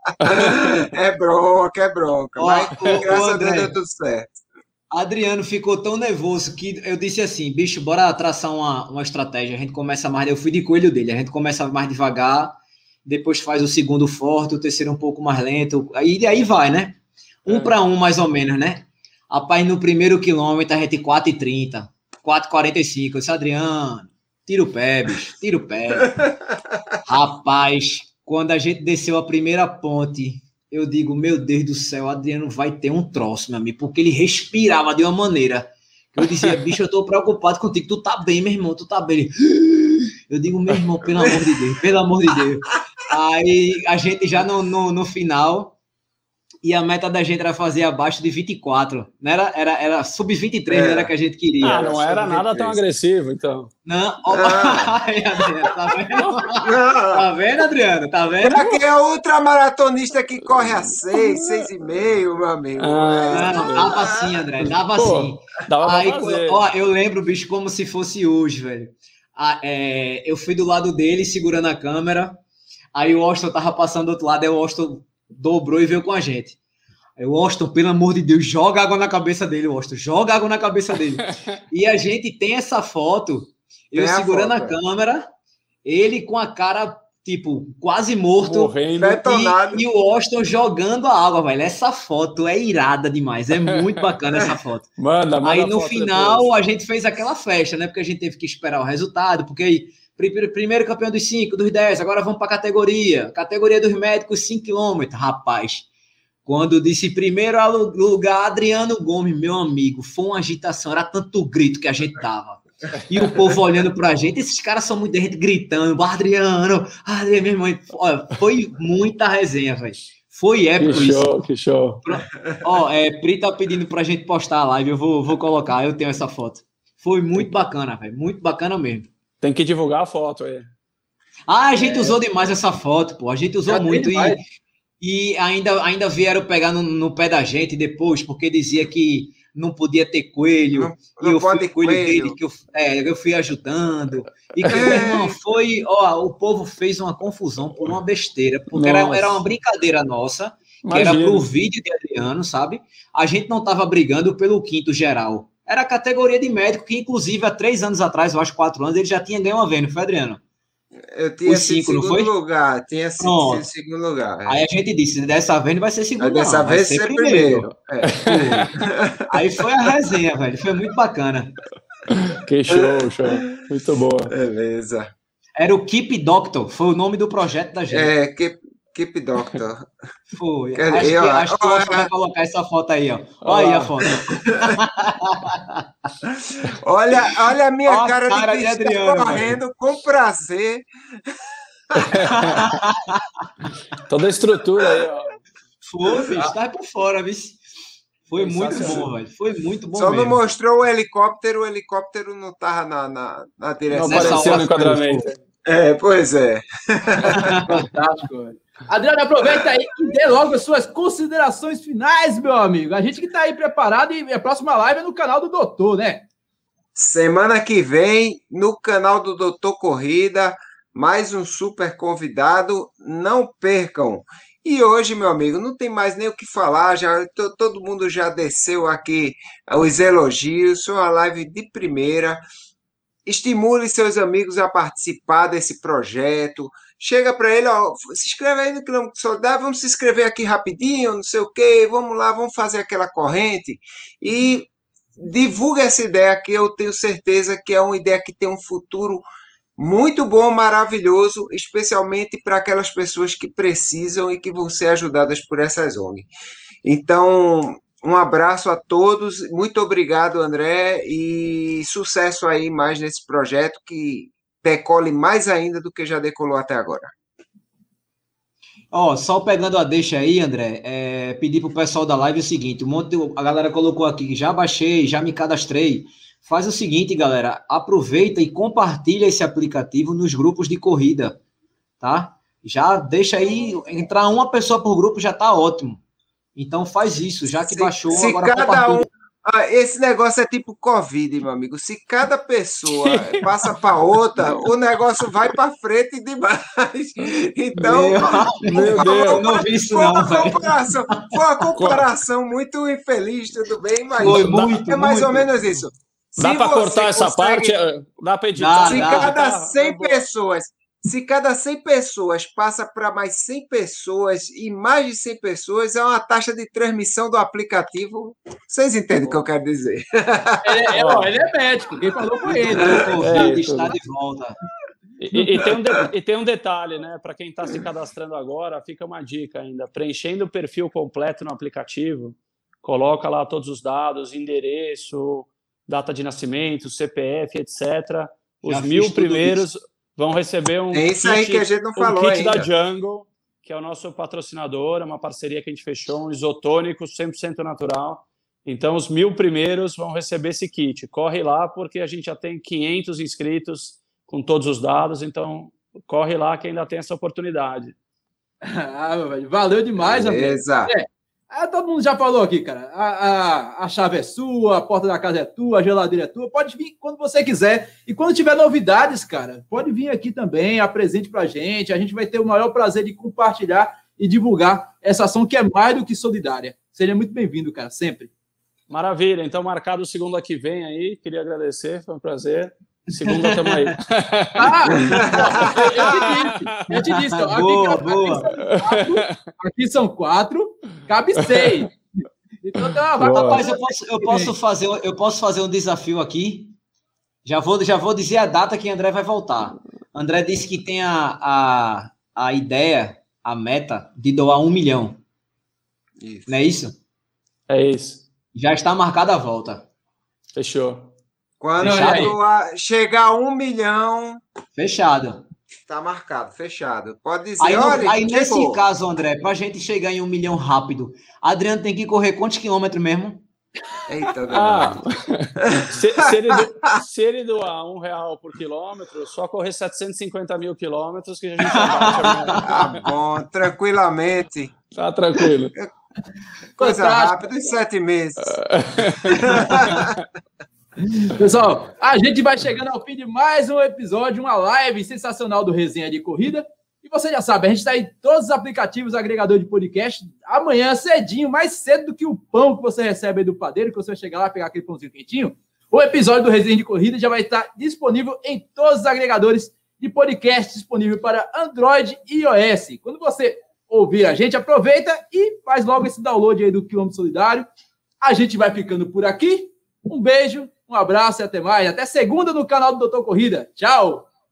É bronca, é bronca. Ó, mas, ó, graças ó, a Deus deu tudo certo. Adriano ficou tão nervoso que eu disse assim, bicho, bora traçar uma, uma estratégia, a gente começa mais, eu fui de coelho dele, a gente começa mais devagar, depois faz o segundo forte, o terceiro um pouco mais lento, aí, aí vai, né? Um é. para um, mais ou menos, né? Rapaz, no primeiro quilômetro a gente quatro e trinta, quatro e quarenta e cinco, eu disse, Adriano, tira o pé, bicho, tira o pé. Rapaz, quando a gente desceu a primeira ponte, eu digo, meu Deus do céu, Adriano vai ter um troço, meu amigo, porque ele respirava de uma maneira que eu dizia, bicho, eu tô preocupado contigo, tu tá bem, meu irmão, tu tá bem. Eu digo, meu irmão, pelo amor de Deus, pelo amor de Deus. Aí a gente já no, no, no final, e a meta da gente era fazer abaixo de vinte e quatro, não era, era, era sub vinte e três, é. Não era que a gente queria. Ah, não era nada tão agressivo, então. Não, ó, ah. Ai, Adriano, tá vendo? Tá vendo, Adriano? Tá vendo? Pra quem é ultramaratonista que corre a seis, seis e meio, meu amigo. Ah, não, dava assim, André, dava Pô, assim. Dava Aí, fazer. Ó, eu lembro, bicho, como se fosse hoje, velho. Ah, é, eu fui do lado dele, segurando a câmera, aí o Austin tava passando do outro lado, aí o Austin dobrou e veio com a gente. Aí o Austin, pelo amor de Deus, joga água na cabeça dele, o Austin, joga água na cabeça dele. E a gente tem essa foto, eu tem segurando a, foto, a câmera, ele com a cara, tipo, quase morto, morrendo, e, e o Austin jogando a água, velho. Essa foto é irada demais, é muito bacana essa foto. Manda, manda. Aí no final depois. A gente fez aquela festa, né? Porque a gente teve que esperar o resultado, porque aí, primeiro campeão dos cinco, dos dez, agora vamos para a categoria. Categoria dos médicos, cinco quilômetros. Rapaz, quando disse primeiro lugar, Adriano Gomes, meu amigo, foi uma agitação, era tanto grito que a gente dava. E o povo olhando pra gente, esses caras são muita gente gritando, Adriano, Adriano, meu irmão. Olha, foi muita resenha, velho. Foi épico que isso. Show, que show. Ó, é, Pri tá pedindo pra gente postar a live, eu vou, vou colocar, eu tenho essa foto. Foi muito bacana, velho, muito bacana mesmo. Tem que divulgar a foto aí. Ah, a gente é. usou demais essa foto, pô, a gente usou Já muito e, e ainda, ainda vieram pegar no, no pé da gente depois, porque dizia que não podia ter coelho, não, e não eu fui coelho, coelho dele, que eu, é, eu fui ajudando, e que, meu irmão, foi, ó, o povo fez uma confusão por uma besteira, porque era, era uma brincadeira nossa, que Imagina. Era pro vídeo de Adriano, sabe? A gente não tava brigando pelo quinto geral, era a categoria de médico, que inclusive há três anos atrás, eu acho quatro anos, ele já tinha ganho uma vez, não foi, Adriano? Eu tinha sido segundo foi? lugar, tinha sido segundo lugar. É. Aí a gente disse, dessa vez não vai ser segundo, dessa não, vez vai ser primeiro. primeiro. É. Aí foi a resenha, velho, foi muito bacana. Que show, show, muito boa. Beleza. Era o Keep Doctor, foi o nome do projeto da gente. É, Keep, Keep Doctor. Foi. Quer- Acho que, eu- acho que o ó, Oscar vai colocar essa foto aí, ó. Olha aí a foto. Olha, olha a minha Ó a cara, cara de de quem Adriano, está correndo com prazer. Toda a estrutura aí, ó. Foi, bicho, tá por fora, bicho. Foi muito Sensacional. bom, velho. Foi muito bom Só não mesmo. mostrou o helicóptero, o helicóptero não estava na, na, na Não direção. Nessa apareceu hora no enquadramento. É, pois é. Fantástico, velho. Adriano, aproveita aí e dê logo as suas considerações finais, meu amigo. A gente que tá aí preparado e a próxima live é no canal do Doutor, né? Semana que vem, no canal do Doutor Corrida, mais um super convidado. Não percam. E hoje, meu amigo, não tem mais nem o que falar. Já, to- todo mundo já desceu aqui os elogios. Foi uma live de primeira. Estimule seus amigos a participar desse projeto. Chega para ele, ó, se inscreve aí no Quilômetro Solidário, vamos se inscrever aqui rapidinho, não sei o quê, vamos lá, vamos fazer aquela corrente. E divulga essa ideia que eu tenho certeza que é uma ideia que tem um futuro muito bom, maravilhoso, especialmente para aquelas pessoas que precisam e que vão ser ajudadas por essas O N Gs. Então, um abraço a todos, muito obrigado, André, e sucesso aí mais nesse projeto que decole mais ainda do que já decolou até agora. Ó, só pegando a deixa aí, André, é, pedir pro pessoal da live o seguinte, um monte de, a galera colocou aqui, já baixei, já me cadastrei. Faz o seguinte, galera, aproveita e compartilha esse aplicativo nos grupos de corrida, tá? Já deixa aí, entrar uma pessoa por grupo já tá ótimo. Então faz isso, já que Se, baixou, se agora cada compartilha. um. Ah, esse negócio é tipo Covid, meu amigo. Se cada pessoa passa para outra, o negócio vai para frente demais. Então, Meu Deus, eu não vi isso foi não, uma velho. comparação, foi uma comparação muito infeliz, tudo bem, mas Foi muito, é mais ou muito. menos isso. Dá Se para você cortar essa consegue- parte? Dá para Dá, editar? Se dá. cada Tá, cem tá bom. pessoas, se cada cem pessoas passa para mais cem pessoas e mais de cem pessoas, é uma taxa de transmissão do aplicativo. Vocês entendem o que eu quero dizer? Ele é, ó, ele é médico, quem falou foi ele. O Covid É, está tudo. de volta. E, e tem um de- e tem um detalhe, né? Para quem está se cadastrando agora, fica uma dica ainda. Preenchendo o perfil completo no aplicativo, coloca lá todos os dados, endereço, data de nascimento, C P F, etcétera. Os Já fiz mil tudo primeiros vão receber um É isso aí kit, que a gente não um falou kit da ainda. Jungle, que é o nosso patrocinador, é uma parceria que a gente fechou, um isotônico cem por cento natural. Então, os mil primeiros vão receber esse kit. Corre lá, porque a gente já tem quinhentos inscritos com todos os dados, então corre lá que ainda tem essa oportunidade. Ah, meu velho, valeu demais, André. Beleza. É, ah, todo mundo já falou aqui, cara. A, a, a chave é sua, a porta da casa é tua, a geladeira é tua. Pode vir quando você quiser. E quando tiver novidades, cara, pode vir aqui também, apresente pra gente. A gente vai ter o maior prazer de compartilhar e divulgar essa ação que é mais do que solidária. Seja muito bem-vindo, cara, sempre. Maravilha, então marcado segunda que vem aí, queria agradecer, foi um prazer. Segunda, estamos aí. Ah, eu te disse, eu te disse. Ó, aqui, Boa, aqui boa. são quatro, aqui são quatro, cabe seis. Então tem uma vaga. Boa. Rapaz, eu posso, eu posso fazer, eu posso fazer um desafio aqui. Já vou, já vou dizer a data que André vai voltar. André disse que tem a, a, a ideia, a meta de doar um milhão. Isso. Não é isso? É isso. Já está marcada a volta. Fechou. Quando Fechado? chegar- chegar a um milhão, Fechado. tá marcado, fechado. Pode dizer, Aí, no- olha, aí nesse chegou. caso, André, para a gente chegar em um milhão rápido, Adriano tem que correr quantos quilômetros mesmo? Eita, Ah, danado. se, se, ele, do- se ele doar um real por quilômetro, só correr setecentos e cinquenta mil quilômetros que a gente já bate. Tá bom, tranquilamente. Tá tranquilo. Coisa Fantástico. rápida, em sete meses. Pessoal, a gente vai chegando ao fim de mais um episódio, uma live sensacional do Resenha de Corrida. E você já sabe, a gente está em todos os aplicativos agregador de podcast. Amanhã, cedinho, mais cedo do que o pão que você recebe aí do padeiro, que você vai chegar lá e pegar aquele pãozinho quentinho. O episódio do Resenha de Corrida já vai estar disponível em todos os agregadores de podcast, disponível para Android e iOS. Quando você ouvir a gente, aproveita e faz logo esse download aí do Quilômetro Solidário. A gente vai ficando por aqui. Um beijo, um abraço e até mais. Até segunda no canal do Doutor Corrida. Tchau!